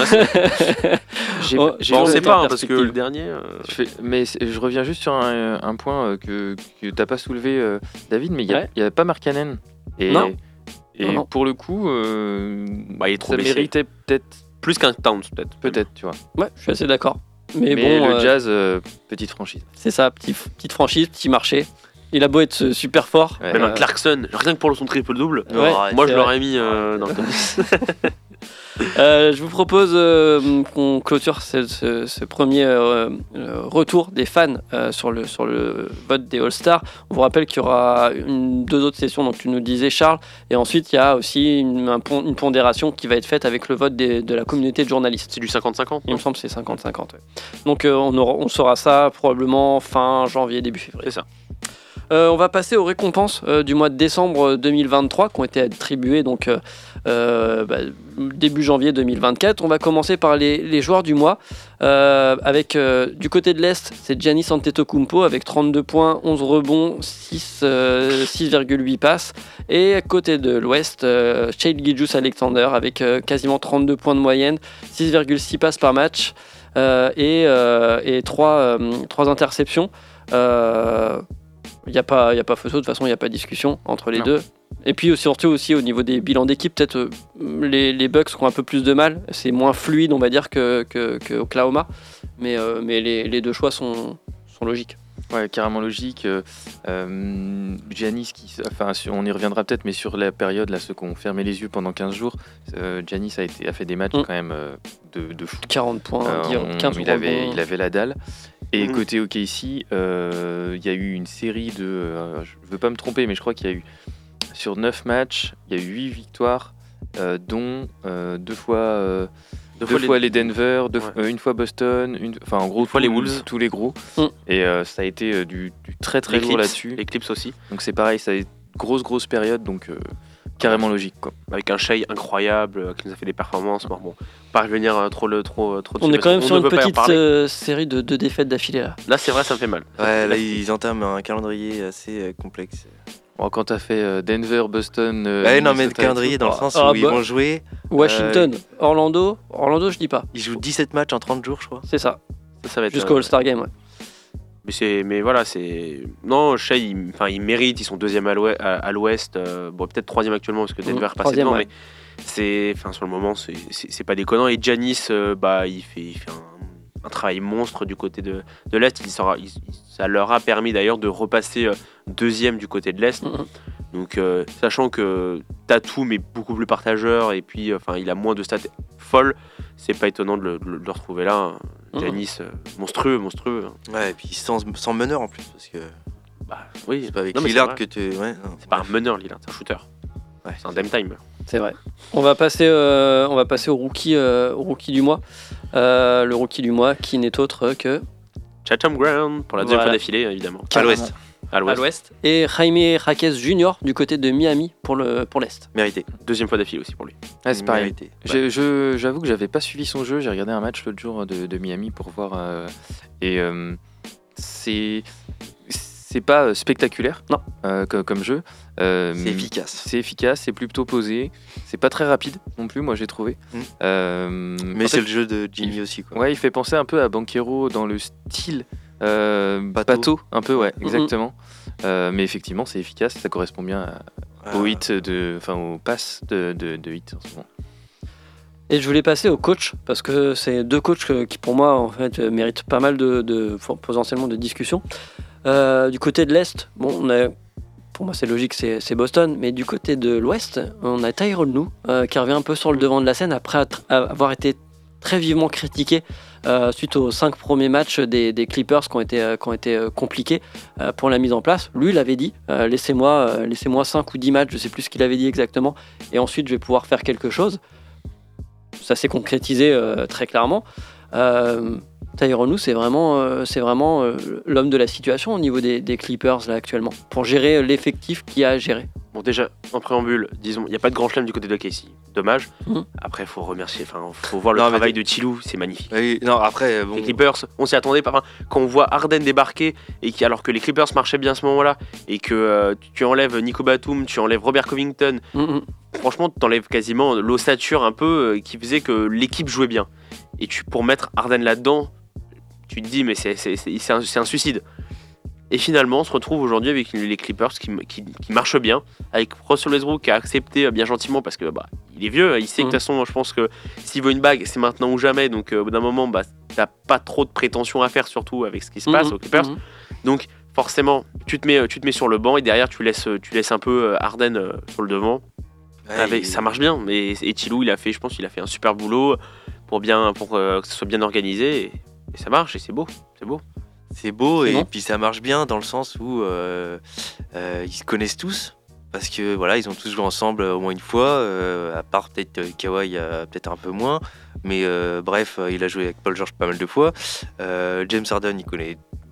j'ai, oh, j'ai bon, on sait pas hein, parce que le dernier euh... je fais, mais je reviens juste sur un, un point que que t'as pas soulevé euh, David, mais il y a, ouais. y a pas Mark Cannon et non. et non, non. pour le coup euh, bah, il est trop ça blessé. méritait peut-être plus qu'un Towns peut-être. Peut-être, tu vois. Ouais, je suis assez d'accord. Mais, mais bon le euh, Jazz euh, petite franchise. C'est ça, petit, petite franchise, petit marché. Il a beau être super fort. Ouais. Même un Clarkson, rien que pour son triple-double, ouais, moi je l'aurais mis euh, dans le top dix. euh, je vous propose euh, qu'on clôture ce, ce, ce premier euh, retour des fans euh, sur, le, sur le vote des All-Stars. On vous rappelle qu'il y aura une, deux autres sessions, donc tu nous disais Charles, et ensuite il y a aussi une, un, une pondération qui va être faite avec le vote des, de la communauté de journalistes. C'est du cinquante cinquante Il me semble que c'est cinquante cinquante. Ouais. Donc euh, on, aura, on saura ça probablement fin janvier, début février. C'est ça. Euh, on va passer aux récompenses euh, du mois de décembre deux mille vingt-trois qui ont été attribuées donc, euh, euh, bah, début janvier deux mille vingt-quatre. On va commencer par les, les joueurs du mois. Euh, avec euh, du côté de l'Est, c'est Giannis Antetokounmpo avec trente-deux points, onze rebonds, six, euh, six virgule huit passes. Et côté de l'Ouest, euh, Shai Gilgeous-Alexander avec euh, quasiment trente-deux points de moyenne, six virgule six passes par match euh, et, euh, et trois, euh, trois interceptions. Il euh, n'y a pas, y a pas photo, de toute façon il n'y a pas de discussion entre les non. deux. Et puis surtout aussi au niveau des bilans d'équipe, peut-être euh, les, les Bucks ont un peu plus de mal, c'est moins fluide on va dire que, que, que Oklahoma, mais, euh, mais les, les deux choix sont, sont logiques. Ouais, carrément logique. Euh, euh, Giannis, qui, enfin, on y reviendra peut-être, mais sur la période, là, ceux qui ont fermé les yeux pendant quinze jours, euh, Giannis a, été, a fait des matchs mmh. quand même euh, de, de fou. quarante points, euh, quinze il avait, il avait la dalle. Et mmh. côté O K C, il euh, y a eu une série de... Euh, je ne veux pas me tromper, mais je crois qu'il y a eu... Sur neuf matchs, il y a eu huit victoires, euh, dont euh, deux fois... Euh, Deux, deux fois, fois les, les Denver, deux, ouais. euh, une fois Boston, une, enfin en gros fois les Wolves, tous les gros. Mm. Et euh, ça a été euh, du, du très très lourd là-dessus. Les Clips aussi. Donc c'est pareil, ça a été une grosse grosse période, donc euh, carrément logique quoi. Avec un Shai incroyable euh, qui nous a fait des performances. Bon, bon pas revenir euh, trop le trop trop. On est quand même sur une petite euh, série de deux défaites d'affilée là. Là c'est vrai, ça me fait mal. Ouais, là ils entament un calendrier assez euh, complexe. Bon, quand t'as fait euh, Denver, Boston... Euh, ouais, non, mais le calendrier dans le sens où ah, ils bah, vont jouer... Washington, euh, Orlando, Orlando je dis pas. Ils jouent dix-sept matchs en trente jours, je crois. C'est ça. Ça, ça va être... Jusqu'au euh, All-Star Game, ouais. Mais, c'est, mais voilà, c'est... Non, Shai, il, il mérite, ils sont deuxième à l'ouest, à, à l'ouest euh, bon, peut-être troisième actuellement, parce que Denver mmh, passait devant, ouais. mais c'est, sur le moment, c'est, c'est, c'est pas déconnant. Et Giannis, euh, bah, il fait, il fait un... un travail monstre du côté de, de l'Est. Il sera, il, ça leur a permis d'ailleurs de repasser euh, deuxième du côté de l'Est. Mmh. Donc, euh, sachant que Tatum est beaucoup plus partageur et puis enfin, il a moins de stats folles, c'est pas étonnant de le, de le retrouver là. Mmh. Giannis, euh, monstrueux, monstrueux. Ouais, et puis sans, sans meneur en plus, parce que. Bah oui, c'est pas avec non, Lillard que tu. Ouais, non, c'est pas un meneur, Lillard, c'est un shooter. Ouais, c'est un damn time. C'est vrai. On va passer, euh, on va passer au rookie, euh, au rookie du mois. Euh, le rookie du mois qui n'est autre que. Chatham Brown pour la deuxième voilà. fois d'affilée, évidemment. À l'ouest. À l'ouest. à l'ouest. Et Jaime Jaquez Junior du côté de Miami pour, le, pour l'Est. Mérité. Deuxième fois d'affilée aussi pour lui. Ah, c'est pareil. Mérité. Ouais. Je, j'avoue que j'avais pas suivi son jeu. J'ai regardé un match l'autre jour de, de Miami pour voir. Euh, et euh, c'est. C'est pas spectaculaire non. euh, comme, comme jeu. Euh, c'est efficace. C'est efficace, c'est plutôt posé. C'est pas très rapide non plus, moi j'ai trouvé. Mmh. Euh, Mais c'est fait, le jeu de Jimmy il, aussi. Quoi. Ouais, il fait penser un peu à Banchero dans le style euh, bateau. bateau, un peu, ouais, mmh. exactement. Euh, mais effectivement, c'est efficace, ça correspond bien à, au hit de, enfin au pass de, de, de hit en ce moment. Et je voulais passer au coach parce que c'est deux coachs qui pour moi en fait méritent pas mal de, de potentiellement de discussions. Euh, du côté de l'Est, bon, on a, pour moi c'est logique, c'est, c'est Boston, mais du côté de l'Ouest, on a Tyronn Lue euh, qui revient un peu sur le devant de la scène après avoir été très vivement critiqué euh, suite aux cinq premiers matchs des, des Clippers qui ont été, euh, qui ont été euh, compliqués euh, pour la mise en place. Lui, il avait dit euh, laissez-moi, euh, laissez-moi cinq ou dix matchs, je sais plus ce qu'il avait dit exactement, et ensuite je vais pouvoir faire quelque chose. Ça s'est concrétisé euh, très clairement. Euh, Tyronn Lue, c'est vraiment, euh, c'est vraiment euh, l'homme de la situation au niveau des, des Clippers là actuellement, pour gérer l'effectif qu'il y a à gérer. Bon, déjà, en préambule, disons, il n'y a pas de grand chelem du côté de O K C. Dommage. Mmh. Après, il faut remercier, enfin, faut voir le non, travail de Tyloo, c'est magnifique. Oui, non, après, bon... Les Clippers, on s'y attendait pas. Enfin, quand on voit Harden débarquer, et qui, alors que les Clippers marchaient bien à ce moment-là, et que euh, tu enlèves Nico Batum, tu enlèves Robert Covington, mmh. franchement, tu enlèves quasiment l'ossature un peu euh, qui faisait que l'équipe jouait bien. Et tu, pour mettre Harden là-dedans, tu te dis, mais c'est, c'est, c'est, c'est, un, c'est un suicide. Et finalement, on se retrouve aujourd'hui avec les Clippers qui, qui, qui marchent bien, avec Russell Westbrook qui a accepté bien gentiment parce que bah, il est vieux, il sait mmh. que de toute façon, je pense que s'il veut une bague, c'est maintenant ou jamais. Donc, euh, au bout d'un moment, bah, t'as pas trop de prétentions à faire, surtout avec ce qui se passe mmh. aux Clippers. Mmh. Donc, forcément, tu te, mets, tu te mets sur le banc et derrière, tu laisses, tu laisses un peu Harden euh, sur le devant. Ouais, avec, il... Ça marche bien. Et, et Tyloo, il a fait, je pense, il a fait un super boulot pour, bien, pour euh, que ce soit bien organisé. Et, et ça marche et c'est beau. C'est beau. C'est beau c'est et bon. Puis ça marche bien dans le sens où euh, euh, ils se connaissent tous parce que voilà ils ont tous joué ensemble au moins une fois, euh, à part peut-être euh, Kawhi euh, peut-être un peu moins, mais euh, bref euh, il a joué avec Paul George pas mal de fois. Euh, James Harden il connaît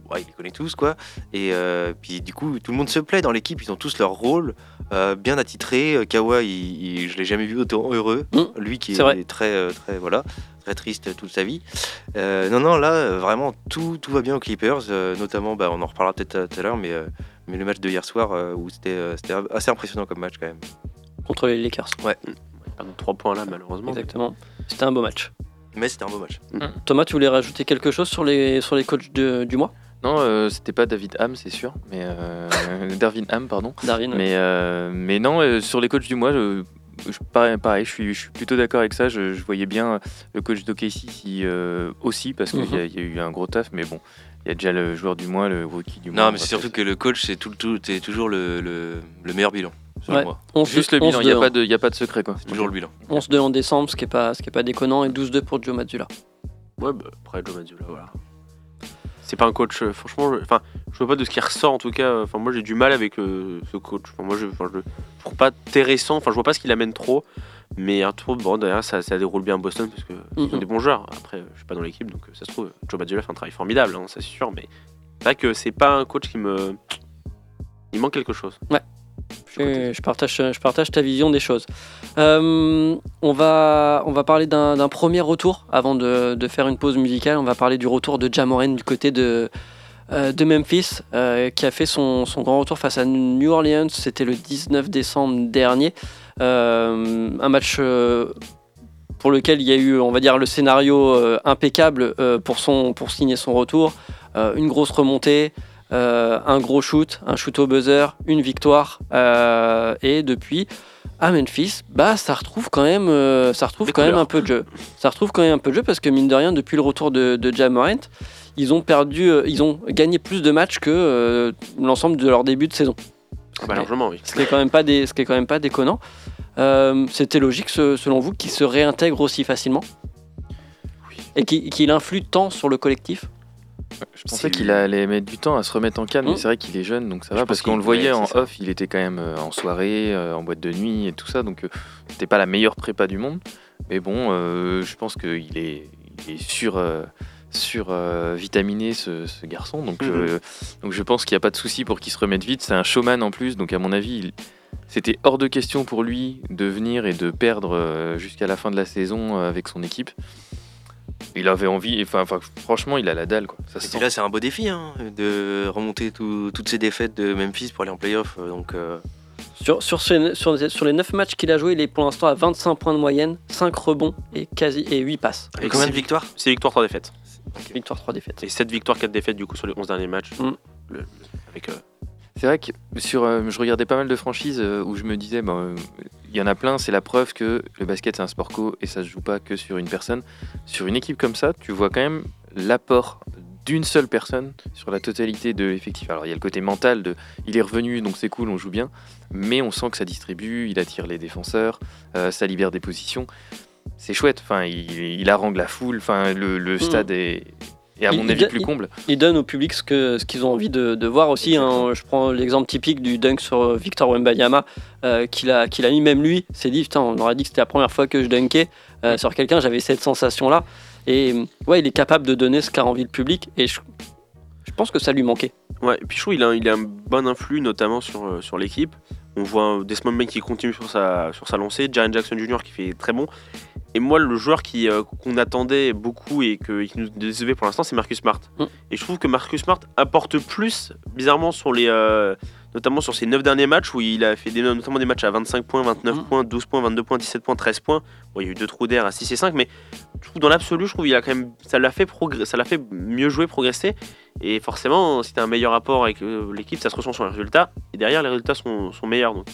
ouais, il les connaît tous, quoi. Et euh, puis du coup, tout le monde se plaît dans l'équipe, ils ont tous leur rôle, euh, bien attitrés. Kawhi, il, il, je l'ai jamais vu autant heureux. Mmh, lui qui est, est très, très, voilà, très triste toute sa vie. Euh, non, non, là, vraiment, tout, tout va bien aux Clippers, euh, notamment, bah, on en reparlera peut-être tout à l'heure, mais, euh, mais le match de hier soir, euh, où c'était, euh, c'était assez impressionnant comme match quand même. Contre les Lakers. Ouais. Perdre trois points là, malheureusement. Exactement. C'était un beau match. Mais c'était un beau match. Mmh. Thomas, tu voulais rajouter quelque chose sur les, sur les coachs de, du mois ? Non, euh, c'était pas David Ham, c'est sûr, mais euh, Darvin Ham, pardon. Darvin, mais, euh, mais non, euh, sur les coachs du mois, je, je, pareil, pareil je, suis, je suis plutôt d'accord avec ça. Je, je voyais bien le coach d'O K C si, euh, aussi, parce qu'il mm-hmm. y, y a eu un gros taf, mais bon, il y a déjà le joueur du mois, le rookie du mois. Non, mais c'est surtout que le coach, c'est, tout, tout, c'est toujours le, le, le meilleur bilan. Ouais. Juste le bilan, il n'y a, a pas de secret, quoi. C'est toujours le bilan. onze deux en décembre, ce qui n'est pas, pas déconnant, et douze deux pour Joe Mazzulla. Ouais, bah, après Joe Mazzulla, voilà. C'est pas un coach, euh, franchement, enfin, je, je vois pas de ce qui ressort en tout cas. Enfin, moi j'ai du mal avec euh, ce coach. Enfin, moi je, enfin, je, je trouve pas intéressant. Enfin, je vois pas ce qu'il amène trop. Mais un tour, bon, derrière ça, ça déroule bien à Boston parce que mm-hmm. sont des bons joueurs. Après, je suis pas dans l'équipe, donc ça se trouve, Joe Mazzulla fait un travail formidable, hein, ça c'est sûr. Mais c'est vrai que c'est pas un coach qui me, il manque quelque chose. Ouais. Je, je, partage, je partage ta vision des choses. Euh, on, va, on va parler d'un, d'un premier retour avant de, de faire une pause musicale. On va parler du retour de Ja Morant du côté de, euh, de Memphis, euh, qui a fait son, son grand retour face à New Orleans. C'était le dix-neuf décembre dernier. Euh, un match euh, pour lequel il y a eu, on va dire, le scénario euh, impeccable euh, pour, son, pour signer son retour. Euh, une grosse remontée. Euh, un gros shoot, un shoot au buzzer, une victoire euh, et depuis à Memphis, bah ça retrouve quand même, euh, ça retrouve quand même un peu de jeu. Ça retrouve quand même un peu de jeu parce que mine de rien, depuis le retour de, de Ja Morant, ils ont perdu, euh, ils ont gagné plus de matchs que euh, l'ensemble de leur début de saison. Ah bah largement, oui. Ce qui est quand même pas des, ce qui est quand même pas déconnant. Euh, c'était logique selon vous qu'il se réintègre aussi facilement oui. et qu'il, qu'il influe tant sur le collectif. Je pensais c'est... qu'il allait mettre du temps à se remettre en calme, mmh. mais c'est vrai qu'il est jeune, donc ça va, parce qu'on le voyait en off, ça. Il était quand même en soirée, euh, en boîte de nuit et tout ça, donc euh, c'était pas la meilleure prépa du monde, mais bon, euh, je pense qu'il est, il est sur, euh, sur euh, vitaminé ce, ce garçon, donc, mmh. euh, donc je pense qu'il n'y a pas de souci pour qu'il se remette vite. C'est un showman en plus, donc à mon avis, il... c'était hors de question pour lui de venir et de perdre euh, jusqu'à la fin de la saison euh, avec son équipe. Il avait envie, enfin, enfin franchement, il a la dalle, quoi. Ça et puis là, c'est un beau défi, hein, de remonter tout, toutes ces défaites de Memphis pour aller en play-off. Donc, euh... sur, sur, ce, sur, sur les neuf matchs qu'il a joué, il est pour l'instant à vingt-cinq points de moyenne, cinq rebonds et, quasi, et huit passes. Et combien de victoires ? six victoires, trois défaites. Okay. Victoire, trois défaites. Et sept victoires, quatre défaites du coup sur les onze derniers matchs. Mm. Le, le, avec, euh... C'est vrai que sur, euh, je regardais pas mal de franchises euh, où je me disais, il bah, euh, y en a plein, c'est la preuve que le basket c'est un sport co et ça se joue pas que sur une personne. Sur une équipe comme ça, tu vois quand même l'apport d'une seule personne sur la totalité de l'effectif. Alors il y a le côté mental de, il est revenu donc c'est cool, on joue bien, mais on sent que ça distribue, il attire les défenseurs, euh, ça libère des positions. C'est chouette, enfin, il, il harangue la foule, enfin, le, le stade mmh. est... Et à mon il, avis, il, plus comble. Il, il donne au public ce, que, ce qu'ils ont envie de, de voir aussi. Hein. Je prends l'exemple typique du dunk sur Victor Wembanyama, euh, qu'il, a, qu'il a mis même lui. S'est dit, putain, on aurait dit que c'était la première fois que je dunkais euh, ouais. sur quelqu'un. J'avais cette sensation-là. Et ouais, il est capable de donner ce qu'a envie le public. Et je, je pense que ça lui manquait. Ouais, et puis je trouve qu'il a, il a un bon influx, notamment sur, euh, sur l'équipe. On voit Desmond Bain qui continue sur sa, sur sa lancée, Jaren Jackson junior qui fait très bon. Et moi, le joueur qui, euh, qu'on attendait beaucoup et que, qui nous décevait pour l'instant, c'est Marcus Smart. Mm. Et je trouve que Marcus Smart apporte plus, bizarrement, sur les, euh, notamment sur ses neuf derniers matchs, où il a fait des, notamment des matchs à vingt-cinq points, vingt-neuf mm. points, douze points, vingt-deux points, dix-sept points, treize points. Bon, il y a eu deux trous d'air à six et cinq, mais je trouve dans l'absolu, je trouve qu'il a quand même, ça l'a fait, progr- ça l'a fait mieux jouer, progresser. Et forcément, si tu as un meilleur rapport avec euh, l'équipe, ça se ressent sur les résultats. Et derrière, les résultats sont, sont meilleurs. Donc,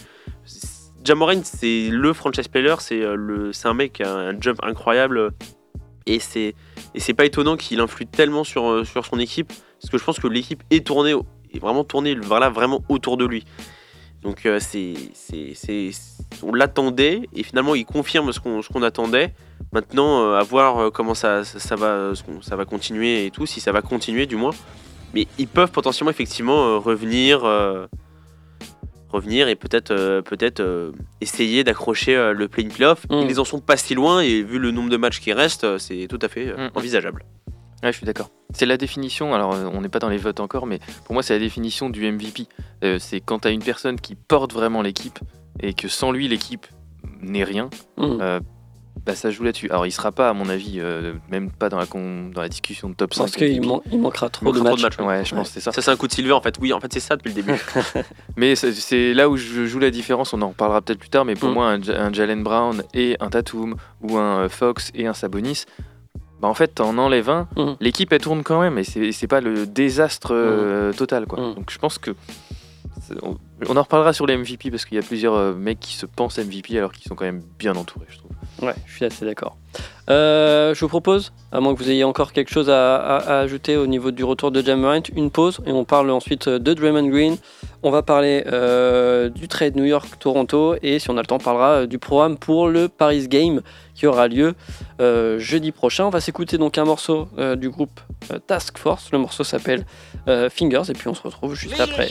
Ja Morant, c'est le franchise player, c'est, le, c'est un mec qui a un jump incroyable et c'est, et c'est pas étonnant qu'il influe tellement sur, sur son équipe parce que je pense que l'équipe est tournée, est vraiment tournée voilà, vraiment autour de lui. Donc euh, c'est, c'est, c'est, on l'attendait et finalement il confirme ce qu'on, ce qu'on attendait. Maintenant, euh, à voir comment ça, ça, ça, va, ça va continuer et tout, si ça va continuer du moins. Mais ils peuvent potentiellement effectivement euh, revenir... Euh, revenir et peut-être, euh, peut-être euh, essayer d'accrocher euh, le play-in playoff. Mmh. Ils en sont pas si loin et vu le nombre de matchs qui restent, c'est tout à fait euh, mmh. envisageable. Ouais, je suis d'accord. c'est la définition, alors on n'est pas dans les votes encore, mais pour moi c'est la définition du M V P. Euh, c'est quand tu as une personne qui porte vraiment l'équipe et que sans lui l'équipe n'est rien, mmh. euh, bah, ça joue là-dessus. Alors il sera pas à mon avis, euh, même pas dans la, con... dans la discussion de top cinq. Parce qu'il man- il manquera trop, il manquera de, trop match. de matchs. Ouais, ouais je pense que c'est ça. Ça c'est un coup de Silver en fait, oui en fait c'est ça depuis le début. Mais c'est, c'est là où je joue la différence, on en reparlera peut-être plus tard, mais pour mmh. moi un, un Jalen Brown et un Tatum ou un Fox et un Sabonis, bah en fait, t'en enlèves un, mmh. l'équipe elle tourne quand même et c'est, c'est pas le désastre euh, mmh. total quoi. Mmh. Donc je pense que on, on en reparlera sur les M V P parce qu'il y a plusieurs euh, mecs qui se pensent M V P alors qu'ils sont quand même bien entourés, je trouve. Ouais, je suis assez d'accord. Euh, je vous propose, à moins que vous ayez encore quelque chose à, à, à ajouter au niveau du retour de Ja Morant, une pause et on parle ensuite de Draymond Green. On va parler euh, du trade New York-Toronto et si on a le temps, on parlera du programme pour le Paris Game qui aura lieu euh, jeudi prochain. On va s'écouter donc un morceau euh, du groupe euh, Task Force. Le morceau s'appelle euh, Fingers et puis on se retrouve juste après.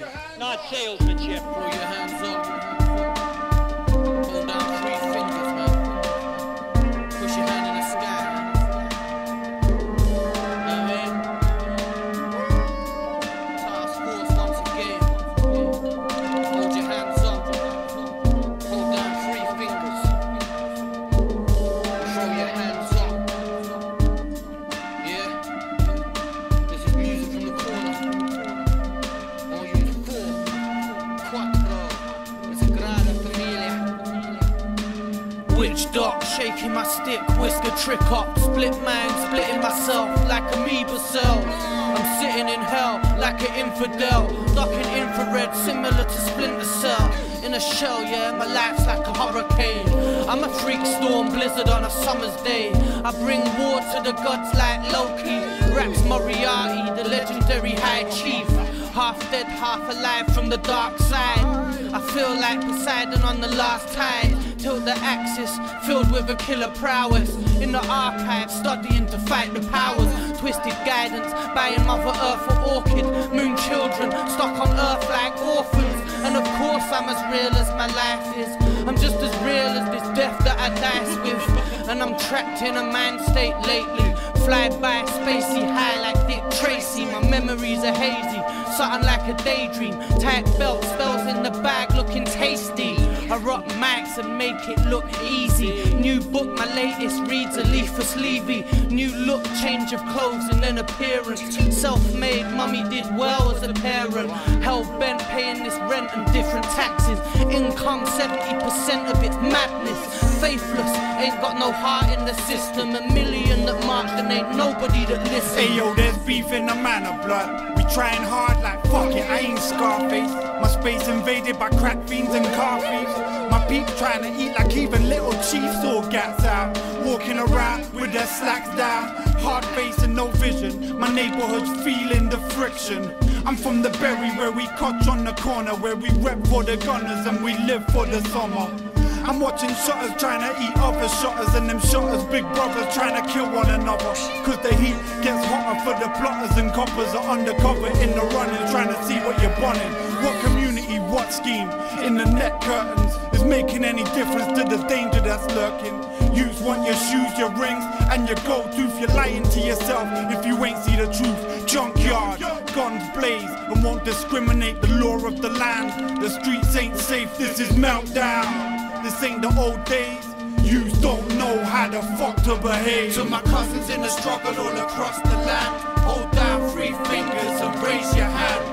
Shaking my stick, whisker trick up, split man, splitting myself like amoeba cells. I'm sitting in hell like an infidel, ducking infrared similar to Splinter Cell. In a shell, yeah, my life's like a hurricane. I'm a freak storm blizzard on a summer's day. I bring war to the gods like Loki. Raps Moriarty, the legendary high chief. Half dead, half alive from the dark side. I feel like Poseidon on the last tide. Tilt the axis, filled with a killer prowess. In the archive, studying to fight the powers. Twisted guidance, buying Mother Earth for orchid. Moon children, stuck on Earth like orphans. And of course I'm as real as my life is. I'm just as real as this death that I dice with. And I'm trapped in a mind state lately. Fly by, spacey high like Dick Tracy. My memories are hazy, something like a daydream. Tight belt, spells in the bag looking tasty. I rock mics and make it look easy. New book, my latest reads Alifa Levy. New look, change of clothes and then appearance. Self-made, mummy did well as a parent. Hell-bent paying this rent and different taxes. Income seventy percent of it's madness. Faithless, ain't got no heart in the system. A million that march and ain't nobody that listens. Hey yo, there's beef in the man of blood. We trying hard like fuck it, I ain't Scarface. My space invaded by crack fiends and car thieves. My peeps trying to eat like even little chiefs all gats out. Walking around with their slacks down. Hard face and no vision. My neighborhood's feeling the friction. I'm from the Berry where we cotch on the corner. Where we rep for the gunners and we live for the summer. I'm watching shotters trying to eat other shotters. And them shotters, big brothers trying to kill one another. Cause the heat gets hotter for the plotters. And coppers are undercover in the running, trying to see what you're bunning. What community, what scheme in the net curtains is making any difference to the danger that's lurking? Youths want your shoes, your rings, and your gold tooth. You're lying to yourself if you ain't see the truth. Junkyard, guns blaze, and won't discriminate the law of the land. The streets ain't safe, this is meltdown. This ain't the old days. Youths don't know how the fuck to behave. To my cousins in the struggle all across the land, hold down three fingers and raise your hand.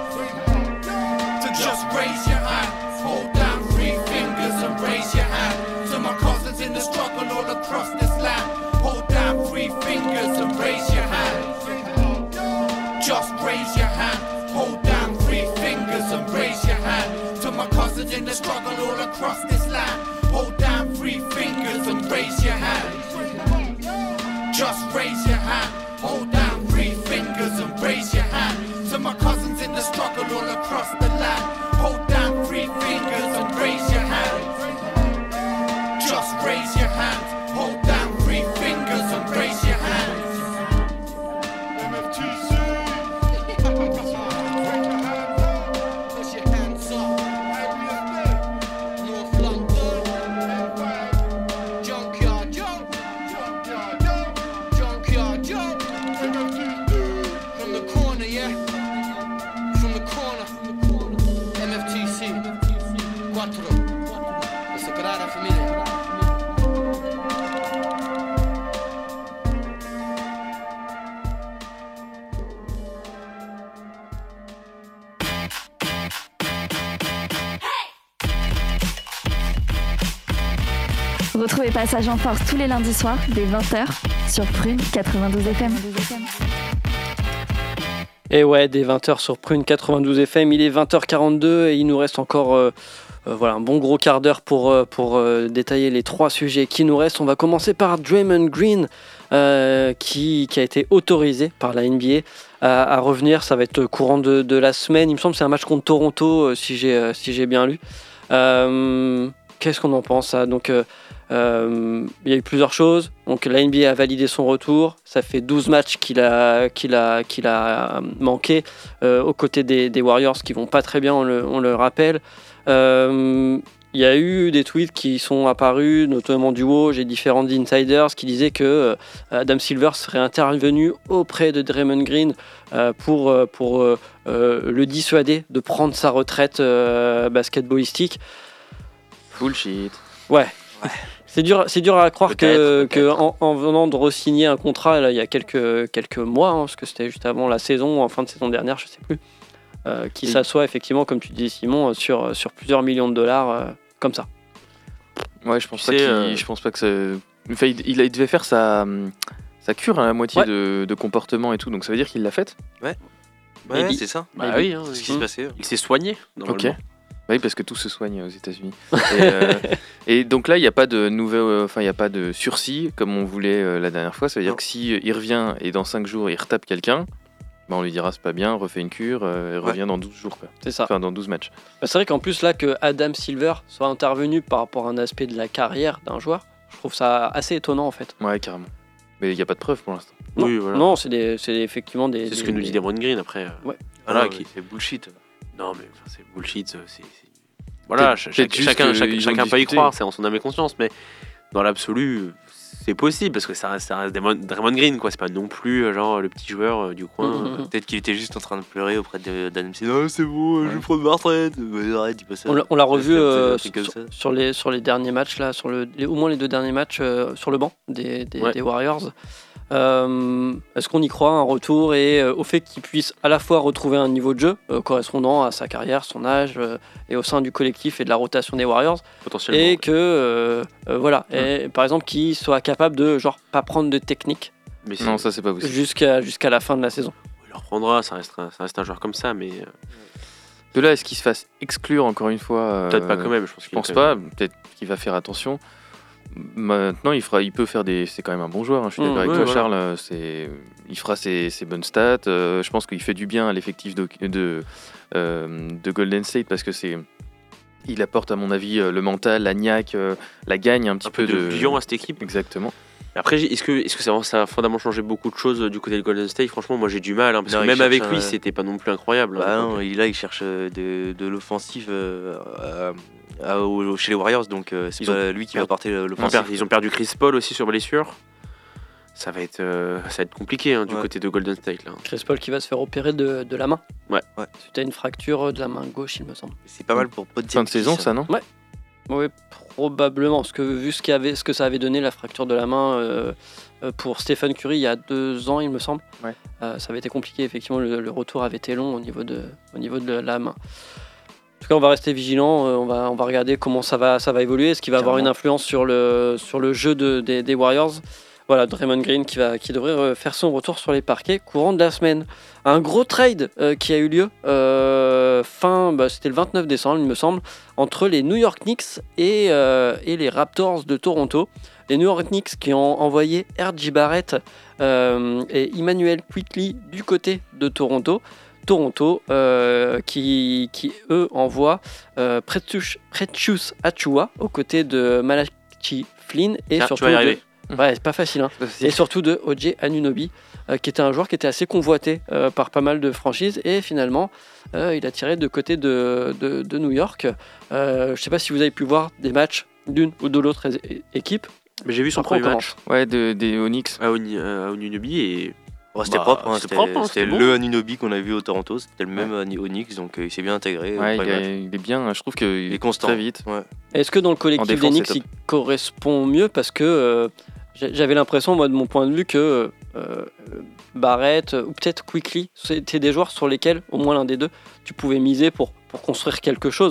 To just raise your hand. Hold down three fingers and raise your hand. To my cousins in the struggle all across this land, hold down three fingers and raise your hand. Just raise your hand. Hold down three fingers and raise your hand. To my cousins in the struggle all across this land, hold down three fingers and raise your hand. Just raise your hand. Hold down three fingers and raise your hand. To my cousins in the struggle all across the land, hold down three fingers and raise your hand. Just raise your hand. Hold down three fingers and raise your hand. M F T C. Push your hands up. North London. Junkyard Joe. Junkyard Joe. Retrouvez Passage en Force tous les lundis soirs dès vingt heures sur Prune quatre-vingt-douze F M. Et ouais, dès vingt heures sur Prune quatre-vingt-douze F M, il est vingt heures quarante-deux et il nous reste encore euh, euh, voilà, un bon gros quart d'heure pour, euh, pour euh, détailler les trois sujets qui nous restent. On va commencer par Draymond Green euh, qui, qui a été autorisé par la N B A à, à revenir. Ça va être courant de, de la semaine. Il me semble que c'est un match contre Toronto, euh, si, j'ai, euh, si j'ai bien lu. Euh, qu'est-ce qu'on en pense ça Donc, euh, Euh, il y a eu plusieurs choses. Donc la N B A a validé son retour. Ça fait douze matchs qu'il a, qu'il a, qu'il a manqué euh, aux côtés des, des Warriors qui vont pas très bien, on le, on le rappelle. Euh, il y a eu des tweets qui sont apparus, notamment du Woj et différents insiders qui disaient que euh, Adam Silver serait intervenu auprès de Draymond Green euh, pour, pour euh, euh, le dissuader de prendre sa retraite euh, basketballistique. Bullshit. Ouais. Ouais. C'est dur, c'est dur à croire peut-être, que, peut-être. que en, en venant de re-signer un contrat là, il y a quelques, quelques mois, hein, parce que c'était juste avant la saison, en fin de saison dernière, je sais plus, euh, qui oui. s'assoit effectivement, comme tu dis Simon, sur, sur plusieurs millions de dollars euh, comme ça. Ouais, je pense, pas, euh... je pense pas que ça... Enfin, il, il, il devait faire sa, sa cure à la moitié ouais. de, de comportement et tout, donc ça veut dire qu'il l'a faite. Ouais, ouais il... c'est ça. Bah oui, hein, ce qui s'est passé. Il s'est soigné. Ok. Bah oui, parce que tout se soigne aux États-Unis. et, euh, et donc là, il n'y a pas de nouvelle, enfin, il n'y a pas de sursis comme on voulait euh, la dernière fois. Ça veut dire non. que si euh, il revient et dans cinq jours il retape quelqu'un, bah on lui dira c'est pas bien, refait une cure, euh, et ouais. revient dans douze jours, quoi. C'est ça. Enfin, dans douze matchs. Bah, c'est vrai qu'en plus là que Adam Silver soit intervenu par rapport à un aspect de la carrière d'un joueur, je trouve ça assez étonnant en fait. Ouais, carrément. Mais il n'y a pas de preuve pour l'instant. Non, oui, voilà. non, c'est, des, c'est effectivement des. C'est des, ce que nous dit Draymond Green après. Ouais. Voilà, ouais, qui c'est bullshit. Non mais enfin, c'est bullshit, c'est. c'est... Voilà, chaque, chacun, chaque, chacun peut y croire, c'est en son âme et conscience, mais dans l'absolu, c'est possible parce que ça reste, ça reste Draymond Green, quoi. C'est pas non plus genre le petit joueur euh, du coin. Mm-hmm. Peut-être qu'il était juste en train de pleurer auprès d'Adam Silver. Ah, c'est bon, ouais. je prends ma retraite. Mais arrête, dis pas ça. On l'a, on l'a revu euh, sur, sur, les, sur les derniers matchs, là, sur le, les, au moins les deux derniers matchs euh, sur le banc des, des, ouais. des Warriors. Euh, est-ce qu'on y croit un retour et euh, au fait qu'il puisse à la fois retrouver un niveau de jeu euh, correspondant à sa carrière, son âge euh, et au sein du collectif et de la rotation des Warriors et que euh, euh, voilà ouais. et, par exemple qu'il soit capable de genre pas prendre de technique mais non ça c'est pas possible jusqu'à, jusqu'à la fin de la saison. Il le reprendra, ça reste, un, ça reste un joueur comme ça mais... De là, est-ce qu'il se fasse exclure encore une fois euh, Peut-être pas quand même, je pense, je pense pas, même... peut-être qu'il va faire attention. Maintenant, il, fera, il peut faire des. C'est quand même un bon joueur, hein, je suis mmh, d'accord avec ouais, toi, voilà. Charles. C'est, il fera ses, ses bonnes stats. Euh, je pense qu'il fait du bien à l'effectif de, de, euh, de Golden State parce que c'est. Il apporte, à mon avis, le mental, la niaque, euh, la gagne un petit un peu, peu de vision à cette équipe. Exactement. Après, est-ce que, est-ce que ça, ça a fondamentalement changé beaucoup de choses du côté de Golden State ? Franchement, moi j'ai du mal, hein, parce non, que même avec lui, un... c'était pas non plus incroyable. Bah hein, non, là, il cherche de, de l'offensive euh, à, à, à, chez les Warriors, donc euh, c'est ils pas lui qui perdu, va porter l'offensive. Ils ont perdu Chris Paul aussi sur blessure. Ça va être, euh, ça va être compliqué hein, du ouais. côté de Golden State. Là. Chris Paul qui va se faire opérer de, de la main. Ouais. ouais. C'était une fracture de la main gauche, il me semble. C'est pas mal pour pas de fin de saison, ça, non ? Ouais. Oui, probablement, parce que vu ce, avait, ce que ça avait donné, la fracture de la main euh, pour Stephen Curry il y a deux ans, il me semble, ouais. euh, ça avait été compliqué, effectivement, le, le retour avait été long au niveau de, au niveau de la main. En tout cas, on va rester vigilant, euh, on, va, on va regarder comment ça va, ça va évoluer, est-ce qu'il va Carrément. avoir une influence sur le, sur le jeu de, des, des Warriors ? Voilà, Draymond Green qui, va, qui devrait faire son retour sur les parquets courant de la semaine. Un gros trade euh, qui a eu lieu euh, fin, bah, c'était le vingt-neuf décembre, il me semble, entre les New York Knicks et, euh, et les Raptors de Toronto. Les New York Knicks qui ont envoyé R J Barrett euh, et Emmanuel Quickley du côté de Toronto. Toronto euh, qui, qui, eux, envoient euh, Precious Achiuwa aux côtés de Malachi Flynn et ah, surtout de... Ouais, c'est pas facile, hein. Et surtout de O J Anunoby, euh, qui était un joueur qui était assez convoité euh, par pas mal de franchises, et finalement, euh, il a tiré de côté de, de, de New York. Euh, je sais pas si vous avez pu voir des matchs d'une ou de l'autre é- équipe. Mais j'ai vu son premier match. Ouais, de, des Onyx. À Anunoby et... Ouais, c'était bah, propre, hein, c'était, propre, hein, c'était, c'était bon. Le Anunoby qu'on a vu au Toronto, c'était le même ouais. Onyx, donc euh, il s'est bien intégré. Ouais, il, a, il est bien, je trouve qu'il est constant très vite. Ouais. Est-ce que dans le collectif des Knicks, il correspond mieux parce que euh, j'avais l'impression, moi, de mon point de vue, que euh, Barrett ou peut-être Quickley, c'était des joueurs sur lesquels, au moins l'un des deux, tu pouvais miser pour, pour construire quelque chose.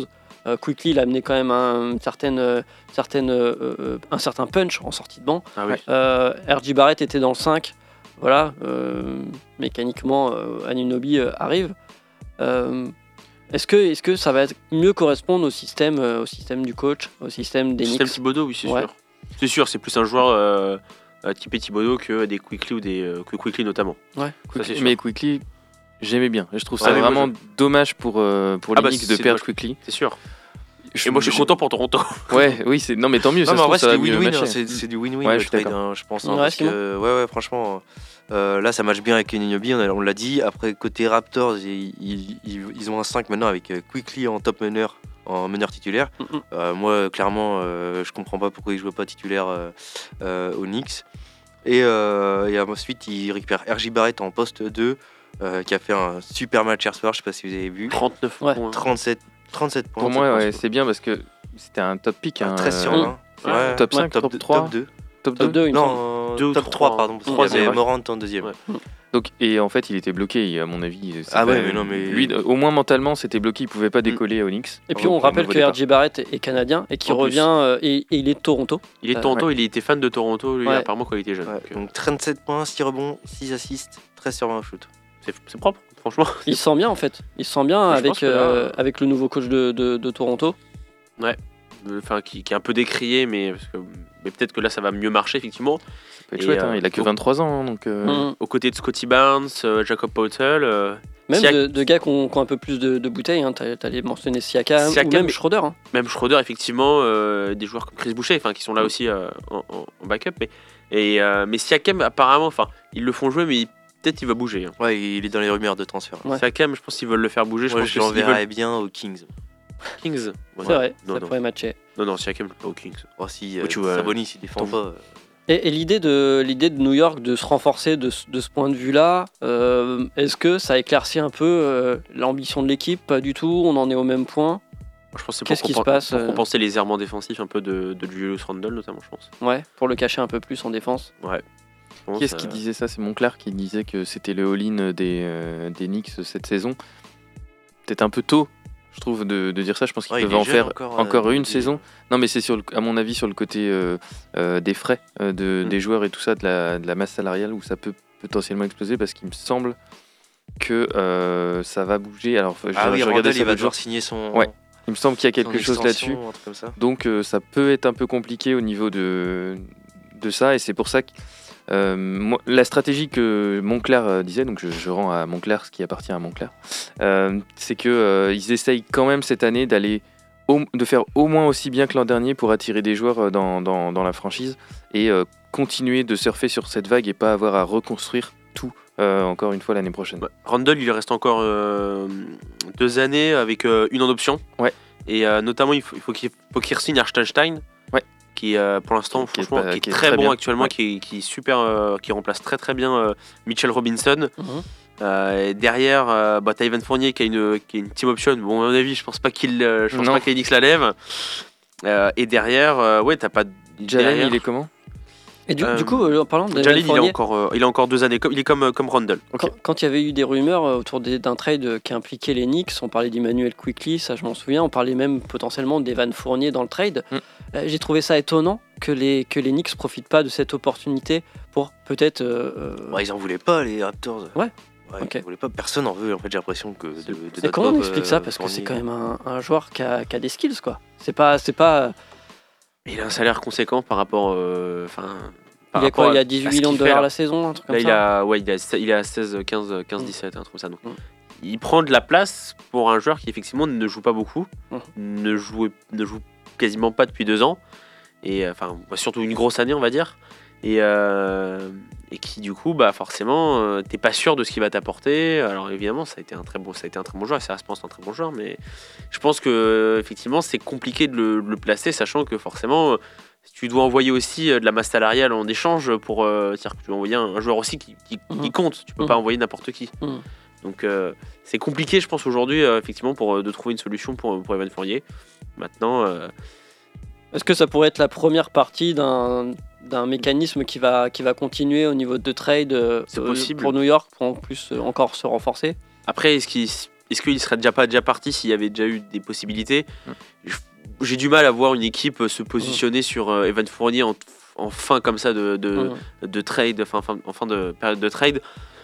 Euh, Quickley, il a amené quand même un, une certaine, euh, certaine, euh, un certain punch en sortie de banc. Ah oui. euh, R J Barrett était dans le cinq. Voilà, euh, mécaniquement, euh, Anunoby euh, arrive. Euh, est-ce, que, est-ce que ça va être mieux correspondre au système, euh, au système du coach, au système des Knicks ? Système Thibodeau, oui, c'est ouais. sûr. C'est sûr, c'est plus un joueur euh, typé Thibodeau que des Quickley ou des euh, que Quickley notamment. Ouais. Quickly, mais Quickley, j'aimais bien. Je trouve ça ah, vraiment je... dommage pour, euh, pour les ah bah, Knicks de perdre Quickley. C'est sûr. Je, et moi je suis je... content pour Toronto. Ouais, oui, c'est non mais tant mieux. Non, ça mais en vrai c'est du win-win, hein, c'est, c'est du win-win. Ouais, le je, trade, hein, je pense. Hein, ouais, parce que ouais, ouais, franchement, euh, là ça match bien avec Anunoby, on, on l'a dit. Après côté Raptors, ils, ils, ils ont un cinq maintenant avec Quickley en top meneur, en meneur titulaire. Mm-hmm. Euh, moi clairement, euh, je comprends pas pourquoi il jouait pas titulaire euh, euh, aux Knicks. Et, euh, et ensuite il récupère R J Barrett en poste deux, euh, qui a fait un super match hier soir. Je sais pas si vous avez vu. trente-neuf ouais. points. trente-sept, trente-sept points. Pour moi, ouais, c'est bien parce que c'était un top pick. Hein, treize sur vingt. Ouais, ouais, top cinq, top, top trois. Top deux. Top deux, top deux non, deux top trois, pardon. Parce qu'il y avait Morant en deuxième. Ouais. Donc, et en fait, il était bloqué, à mon avis. Ah ouais, mais non, mais. Lui, au moins mentalement, c'était bloqué, il pouvait pas décoller aux Knicks. Et puis, on rappelle que R J Barrett est canadien et qu'il revient, euh, et, et il est de Toronto. Il est de Toronto, ouais. Il était fan de Toronto, lui, ouais. apparemment, quand il était jeune. Ouais. Donc, donc, trente-sept points, six rebonds, six assists, treize sur vingt au shoot. C'est, c'est propre, franchement. Il se sent bien, en fait. Il se sent bien avec, euh, là... avec le nouveau coach de, de, de Toronto. Ouais. Enfin, qui, qui est un peu décrié, mais, parce que, mais peut-être que là ça va mieux marcher effectivement. Ça peut être chouette, euh, hein, il a que vingt-trois ans, donc. Euh... Mmh. Aux côtés de Scottie Barnes, euh, Jacob Poeltl. Euh, même Siak... de, de gars qui ont, qui ont un peu plus de, de bouteilles, hein. T'as, t'as les mentionné Siakam, Siakam, ou même Schroeder. Hein. Même Schroeder, effectivement, euh, des joueurs comme Chris Boucher, qui sont là mmh. aussi euh, en, en backup. Mais, et, euh, mais Siakam, apparemment, ils le font jouer, mais il, peut-être il va bouger. Hein. Ouais, il est dans les rumeurs de transfert. Ouais. Siakam, je pense qu'ils veulent le faire bouger. Je ouais, pense je l'enverrais veulent... bien aux Kings. Kings ouais. C'est vrai, non, ça non. pourrait matcher. Non, non, Siakam, pas aux Kings. Oh, si, euh, tu vois, Sabonis, il défend pas. Et, et l'idée, de, l'idée de New York de se renforcer de, de ce point de vue-là, euh, est-ce que ça éclaircit un peu euh, l'ambition de l'équipe ? Pas du tout, on en est au même point. Je pense que c'est Qu'est-ce pour, qui compen- se passe, pour compenser les errements défensifs un peu de, de Julius Randle, notamment, je pense. Ouais, pour le cacher un peu plus en défense. Ouais. Qui est-ce qui disait ça ? C'est Monclar qui disait que c'était le all-in des, euh, des Knicks cette saison. Peut-être un peu tôt, je trouve, de, de dire ça. Je pense qu'ils ouais, peuvent en faire encore, encore euh, une saison. Est... Non, mais c'est sur le, à mon avis sur le côté euh, euh, des frais euh, de, mm. des joueurs et tout ça, de la, de la masse salariale, où ça peut potentiellement exploser, parce qu'il me semble que euh, ça va bouger. Alors, ah je, oui, je regardais ça, il va devoir signer son. Ouais. Il me semble qu'il y a quelque chose là-dessus. Donc euh, ça peut être un peu compliqué au niveau de, de ça, et c'est pour ça que Euh, moi, la stratégie que Monclar euh, disait, donc je, je rends à Monclar ce qui appartient à Monclar, euh, c'est qu'ils euh, essayent quand même cette année d'aller au, de faire au moins aussi bien que l'an dernier pour attirer des joueurs dans, dans, dans la franchise et euh, continuer de surfer sur cette vague et pas avoir à reconstruire tout euh, encore une fois l'année prochaine. Bah, Randle, il reste encore euh, deux années avec euh, une en option. Ouais. Et euh, notamment, il faut, il faut qu'il, faut qu'il re-signe Hartenstein. Ouais. Qui euh, pour l'instant qui franchement est, pas, qui est, qui est très, très bon bien. Actuellement, ouais. qui, est, qui est super, euh, qui remplace très très bien euh, Mitchell Robinson. Mm-hmm. Euh, et derrière, euh, bah, Tyvan Fournier qui a une qui a une team option. Bon, à mon avis, je pense pas qu'il, euh, je pense non. pas qu'Elix la lève. Euh, et derrière, euh, ouais, t'as pas. Jalen, il est comment? Et du, euh, du coup, en parlant de Jalen, il a encore, euh, il a encore deux années. Il est comme comme Randle. Okay. Quand, quand il y avait eu des rumeurs autour des, d'un trade qui impliquait les Knicks, on parlait d'Emmanuel Quickley, ça je m'en souviens. On parlait même potentiellement d'Evan Fournier dans le trade. Mm. Euh, j'ai trouvé ça étonnant que les que les Knicks profitent pas de cette opportunité pour peut-être. Euh, ouais, ils en voulaient pas les Raptors. Ouais. Ouais, okay. Ils voulaient pas. Personne en veut. En fait, j'ai l'impression que. De, de c'est comment on explique euh, ça parce que c'est quand même un, un joueur qui a, qui a des skills quoi. C'est pas c'est pas. Il a un salaire conséquent par rapport. Enfin. Euh, il a quoi? Il a dix-huit millions de dollars la saison, un truc comme là, ça. Il a, ouais, il a, il a seize, quinze, quinze, dix-sept, un truc comme ça. Donc, mm. il prend de la place pour un joueur qui effectivement ne joue pas beaucoup, mm. ne joue, ne joue quasiment pas depuis deux ans, et enfin surtout une grosse année on va dire, et, euh, et qui du coup bah forcément euh, t'es pas sûr de ce qu'il va t'apporter. Alors évidemment ça a été un très bon, ça a été un très bon joueur, et ça reste un très bon joueur, mais je pense que effectivement c'est compliqué de le, de le placer, sachant que forcément tu dois envoyer aussi de la masse salariale en échange pour euh, c'est-à-dire que tu dois envoyer un, un joueur aussi qui, qui, mmh. qui compte. Tu peux mmh. pas envoyer n'importe qui. Mmh. Donc euh, c'est compliqué, je pense aujourd'hui euh, effectivement pour de trouver une solution pour pour Evan Fournier. Maintenant, euh... est-ce que ça pourrait être la première partie d'un d'un mécanisme qui va qui va continuer au niveau de trade euh, c'est possible. Pour New York pour en plus euh, encore se renforcer? Après, est-ce qu'il est-ce qu'il serait déjà pas déjà parti s'il y avait déjà eu des possibilités? mmh. J'ai du mal à voir une équipe se positionner mmh. sur euh, Evan Fournier en, en fin comme ça de, de, mmh. de trade, fin, fin, en fin de période de trade.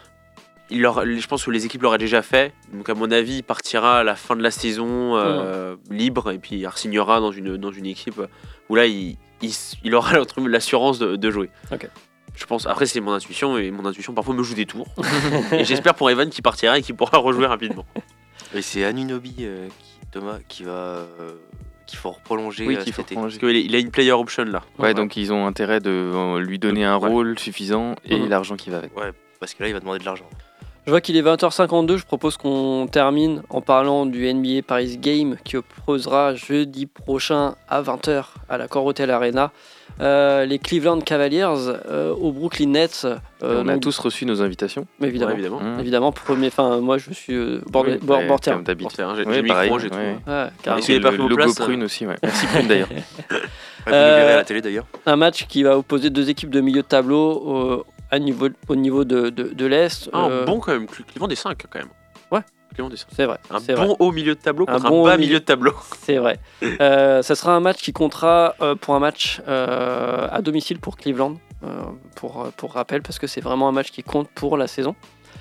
Il leur, je pense que les équipes l'auraient déjà fait. Donc à mon avis, il partira à la fin de la saison euh, mmh. libre et puis il re-signera dans une, dans une équipe où là, il, il, il aura l'assurance de, de jouer. Okay. Je pense. Après, c'est mon intuition et mon intuition parfois me joue des tours. Et j'espère pour Evan qu'il partira et qu'il pourra rejouer rapidement. Et c'est Anunoby euh, qui, Thomas qui va euh, qu'il faut prolonger. Oui, euh, qu'il faut été. prolonger. Parce qu'il a une player option là. Ouais, ouais. Donc ils ont intérêt de lui donner un ouais. rôle suffisant et mmh. l'argent qui va avec. Ouais, parce que là, il va demander de l'argent. Je vois qu'il est vingt heures cinquante-deux, je propose qu'on termine en parlant du N B A Paris Game qui opposera jeudi prochain à vingt heures à la Corotel Arena euh, les Cleveland Cavaliers euh, aux Brooklyn Nets. Euh, on a donc... tous reçu nos invitations. Évidemment, ouais, évidemment. Mmh. évidemment premier, fin, moi je suis euh, bord, oui, bord, bord comme d'habitude. J'ai ouais, le micro, j'ai tout. Ouais. Ouais, et le, le logo Prune aussi, ouais. Merci Prune d'ailleurs. Ouais, vous le verrez à la télé d'ailleurs. Un match qui va opposer deux équipes de milieu de tableau euh, à niveau, au niveau de, de, de l'Est. Ah, euh... bon quand même, Cleveland des cinq quand même. Ouais, Cleveland des cinq. C'est vrai. Un c'est bon vrai. haut milieu de tableau contre un, bon un bas milieu... milieu de tableau. C'est vrai. euh, ça sera un match qui comptera euh, pour un match euh, à domicile pour Cleveland, euh, pour, pour rappel, parce que c'est vraiment un match qui compte pour la saison.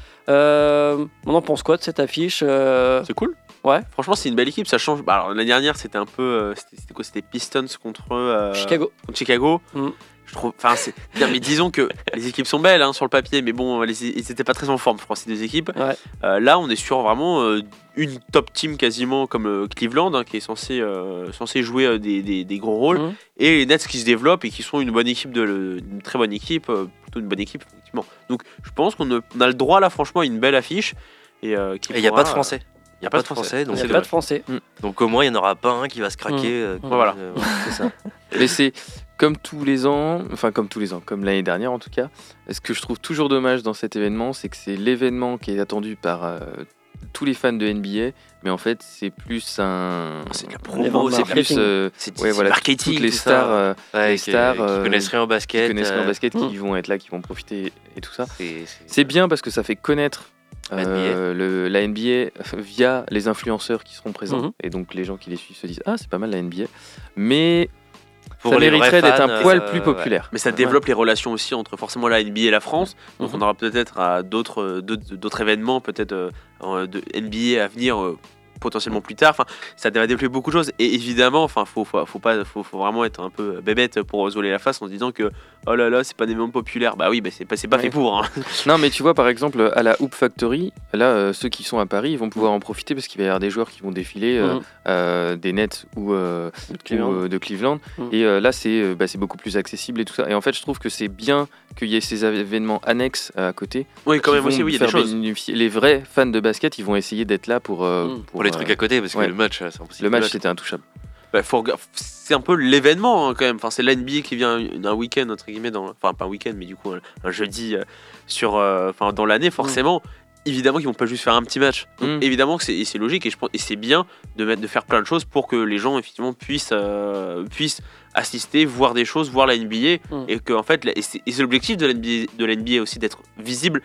Euh, on en pense quoi de cette affiche euh... C'est cool. Ouais. Franchement, c'est une belle équipe. Ça change. Bah, alors, l'année dernière, c'était un peu. Euh, c'était, c'était quoi? C'était Pistons contre euh, Chicago. Contre Chicago. Mm. Je trouve. Enfin, c'est. Mais disons que les équipes sont belles hein, sur le papier, mais bon, les, ils n'étaient pas très en forme, je crois, ces deux équipes. Ouais. Euh, là, on est sur vraiment euh, une top team quasiment comme euh, Cleveland, hein, qui est censé, euh, censé jouer euh, des, des, des gros rôles, mm. et les Nets qui se développent et qui sont une bonne équipe, de, une très bonne équipe, euh, plutôt une bonne équipe, effectivement. Donc, je pense qu'on a, on a le droit là, franchement, à une belle affiche. Et euh, il n'y a pas de français. Il n'y a pas de français, donc il n'y a pas de français. Mmh. Donc au moins il n'y en aura pas un qui va se craquer. Mmh. Euh, mmh. Voilà, euh, c'est ça. Mais c'est comme tous les ans, enfin comme tous les ans, comme l'année dernière en tout cas. Ce que je trouve toujours dommage dans cet événement, c'est que c'est l'événement qui est attendu par euh, tous les fans de N B A, mais en fait c'est plus un. C'est de la promo, c'est plus. Euh, c'est ouais, voilà, marketing. Toutes les stars, euh, ouais, les stars qui, qui euh, connaissent rien au basket, qui connaissent rien au basket, euh, qui vont être là, qui vont profiter et tout ça. C'est, c'est... c'est bien parce que ça fait connaître. Euh, le, la N B A via les influenceurs qui seront présents, mm-hmm. et donc les gens qui les suivent se disent ah c'est pas mal la N B A, mais pour ça mériterait d'être un poil euh, plus populaire. Ouais. Mais ça développe ouais. les relations aussi entre forcément la N B A et la France, donc mm-hmm. on aura peut-être à d'autres, d'autres, d'autres événements peut-être euh, de N B A à venir euh, potentiellement plus tard. Enfin, ça va développer beaucoup de choses et évidemment, enfin, faut, faut, faut pas, faut, faut vraiment être un peu bébête pour se voler la face en se disant que oh là là, c'est pas des événements populaires. Bah oui, bah c'est pas, c'est pas ouais. fait pour. Hein. Non, mais tu vois, par exemple, à la Hoop Factory, là, euh, ceux qui sont à Paris, ils vont pouvoir en profiter parce qu'il va y avoir des joueurs qui vont défiler, euh, mmh. euh, des Nets ou, euh, de Cleveland. Ou, euh, de Cleveland. Mmh. Et euh, là, c'est, euh, bah, c'est beaucoup plus accessible et tout ça. Et en fait, je trouve que c'est bien qu'il y ait ces événements annexes à côté. Oui, quand même aussi, oui, il y a des choses. Bénéficier. Les vrais fans de basket, ils vont essayer d'être là pour, euh, mmh. pour, pour les trucs à côté parce que ouais. le match, c'est impossible. Le match, c'était intouchable. Bah, faut rega- c'est un peu l'événement hein, quand même. Enfin, c'est l'N B A qui vient d'un week-end entre guillemets, dans... enfin pas un week-end, mais du coup un, un jeudi euh, sur, euh, enfin dans l'année forcément. Mmh. Évidemment qu'ils vont pas juste faire un petit match. Donc, mmh. évidemment que c'est, et c'est logique et, je pense, et c'est bien de mettre, de faire plein de choses pour que les gens effectivement puissent, euh, puissent assister, voir des choses, voir la N B A mmh. et que en fait, et c'est, et c'est l'objectif de l'N B A, de l'N B A aussi d'être visible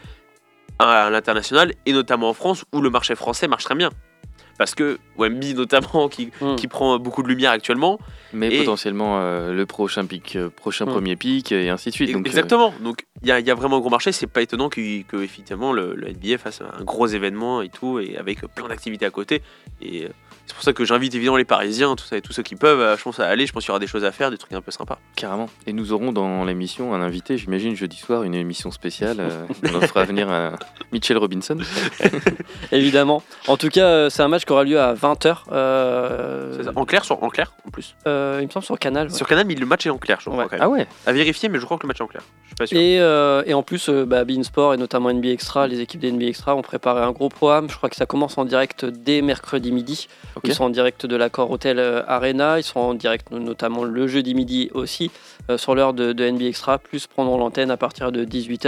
à, à l'international et notamment en France où le marché français marche très bien. Parce que Wemby notamment qui, mmh. qui prend beaucoup de lumière actuellement. Mais et potentiellement euh, le prochain pic, euh, prochain mmh. premier pic et ainsi de suite. Donc, exactement. Euh... Donc il y, y a vraiment un gros marché. C'est pas étonnant que, que effectivement le, le N B A fasse un gros événement et tout, et avec plein d'activités à côté. Et euh, c'est pour ça que j'invite évidemment les Parisiens, tout ça, et tous ceux qui peuvent, je pense à aller. Je pense qu'il y aura des choses à faire, des trucs un peu sympas. Carrément. Et nous aurons dans l'émission un invité, j'imagine jeudi soir, une émission spéciale. Euh, on fera venir à Mitchell Robinson. Évidemment. En tout cas, c'est un match qui aura lieu à vingt heures. Euh... En clair, sur, en clair en plus. Euh, il me semble sur Canal. Ouais. Sur Canal, mais le match est en clair, je crois. Ouais. Quand même. Ah ouais. À vérifier, mais je crois que le match est en clair. Je suis pas sûr. Et, euh, et en plus, euh, bah, beIN Sport et notamment N B A Extra, les équipes des N B A Extra ont préparé un gros programme. Je crois que ça commence en direct dès mercredi midi. Okay. Ils sont en direct de l'accord Hotel Arena. Ils sont en direct notamment le jeudi midi aussi euh, sur l'heure de, de N B A Extra. Plus prendront l'antenne à partir de dix-huit heures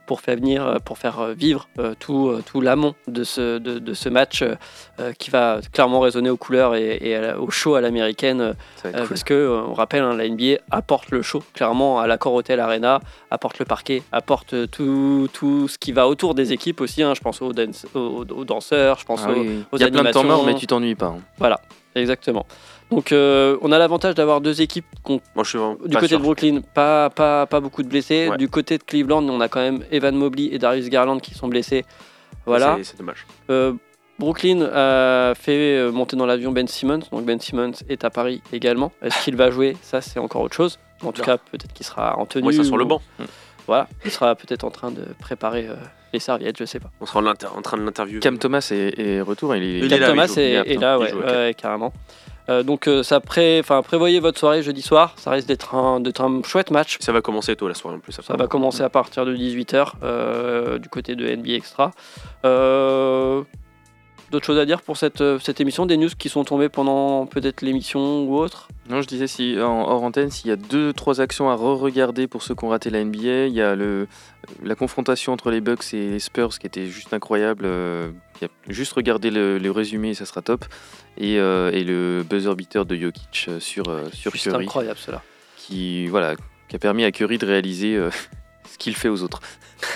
pour faire venir, pour faire vivre euh, tout, euh, tout l'amont de ce, de, de ce match euh, qui va clairement résonner aux couleurs et, et la, au show à l'américaine euh, cool. Parce que euh, on rappelle, hein, la N B A apporte le show clairement à l'Accor Hotel Arena, apporte le parquet, apporte tout, tout ce qui va autour des équipes aussi. Hein, je pense aux, dance, aux, aux danseurs, je pense ah, aux, oui. aux Il y a animations. plein de temps mort, mais tu t'ennuies pas. Hein. Voilà, exactement. Donc euh, on a l'avantage d'avoir deux équipes Moi, je suis du côté sûr. de Brooklyn, pas, pas, pas beaucoup de blessés. Ouais. Du côté de Cleveland, on a quand même Evan Mobley et Darius Garland qui sont blessés. Voilà. C'est, c'est dommage. Euh, Brooklyn a fait monter dans l'avion Ben Simmons. Donc Ben Simmons est à Paris également. Est-ce qu'il va jouer ? Ça, c'est encore autre chose. En tout cas, peut-être qu'il sera en tenue. Oui, ça sur le banc. Voilà, il sera peut-être en train de préparer euh, les serviettes, je sais pas. On sera en, inter- en train de l'interviewer. Cam Thomas est, est retour. Il est, il Cam est là, Thomas est, est, est là, ouais, joue, okay. ouais, carrément. Euh, donc euh, ça pré... enfin, prévoyez votre soirée jeudi soir, ça risque d'être un, d'être un chouette match. Ça va commencer tôt la soirée en plus. Ça, ça va commencer à partir de dix-huit heures euh, du côté de N B A Extra. Euh... D'autres choses à dire pour cette, cette émission, des news qui sont tombées pendant peut-être l'émission ou autre ? Non, je disais si en hors antenne, s'il y a deux trois actions à re-regarder pour ceux qui ont raté la N B A, il y a le, la confrontation entre les Bucks et les Spurs qui était juste incroyable. Euh, il y a juste regarder le, le résumé et ça sera top. Et, euh, et le buzzer beater de Jokic sur, euh, sur juste Curry. Incroyable cela. Qui, voilà, qui a permis à Curry de réaliser euh, ce qu'il fait aux autres.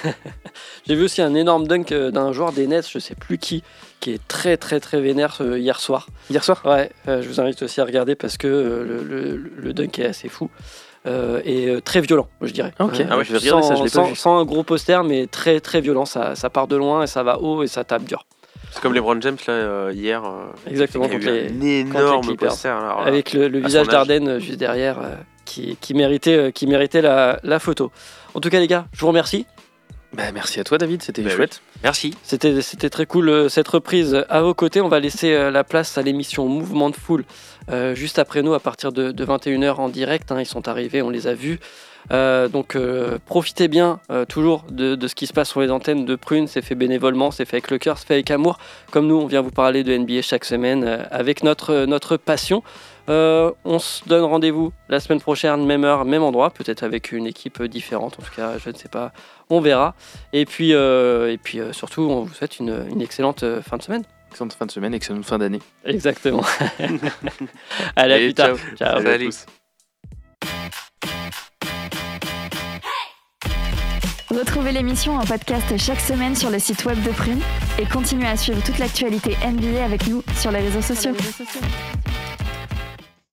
J'ai vu aussi un énorme dunk d'un joueur des Nets, je sais plus qui, qui est très très très vénère euh, hier soir. Hier soir ? Ouais, euh, je vous invite aussi à regarder parce que euh, le, le, le dunk est assez fou euh, et euh, très violent, je dirais. Ok, euh, ah ouais, je vais regarder sans, ça, je l'ai sans, pas vu. Sans un gros poster, mais très très violent, ça, ça part de loin et ça va haut et ça tape dur. C'est comme LeBron James là euh, hier. Euh, Exactement, contre les, un énorme les poster là, voilà, avec le, le visage d'Arden juste derrière euh, qui, qui méritait, euh, qui méritait la, la photo. En tout cas les gars, je vous remercie. Bah, merci à toi David, c'était bah, chouette. Oui. Merci. C'était, c'était très cool euh, cette reprise à vos côtés. On va laisser euh, la place à l'émission Mouvement de Foule euh, juste après nous à partir de, de vingt et une heures en direct. Hein, ils sont arrivés, on les a vus. Euh, donc euh, profitez bien euh, toujours de, de ce qui se passe sur les antennes de Prune. C'est fait bénévolement, c'est fait avec le cœur, c'est fait avec amour. Comme nous, on vient vous parler de N B A chaque semaine euh, avec notre, notre passion. Euh, on se donne rendez-vous la semaine prochaine, même heure, même endroit, peut-être avec une équipe différente, en tout cas, je ne sais pas, on verra. Et puis, euh, et puis euh, surtout, on vous souhaite une, une excellente fin de semaine. Excellente fin de semaine, excellente fin d'année. Exactement. Allez, à plus tard. Ciao. Ciao. Salut. Retrouvez l'émission en podcast chaque semaine sur le site web de Prune et continuez à suivre toute l'actualité N B A avec nous sur les réseaux sociaux. Sur les réseaux sociaux.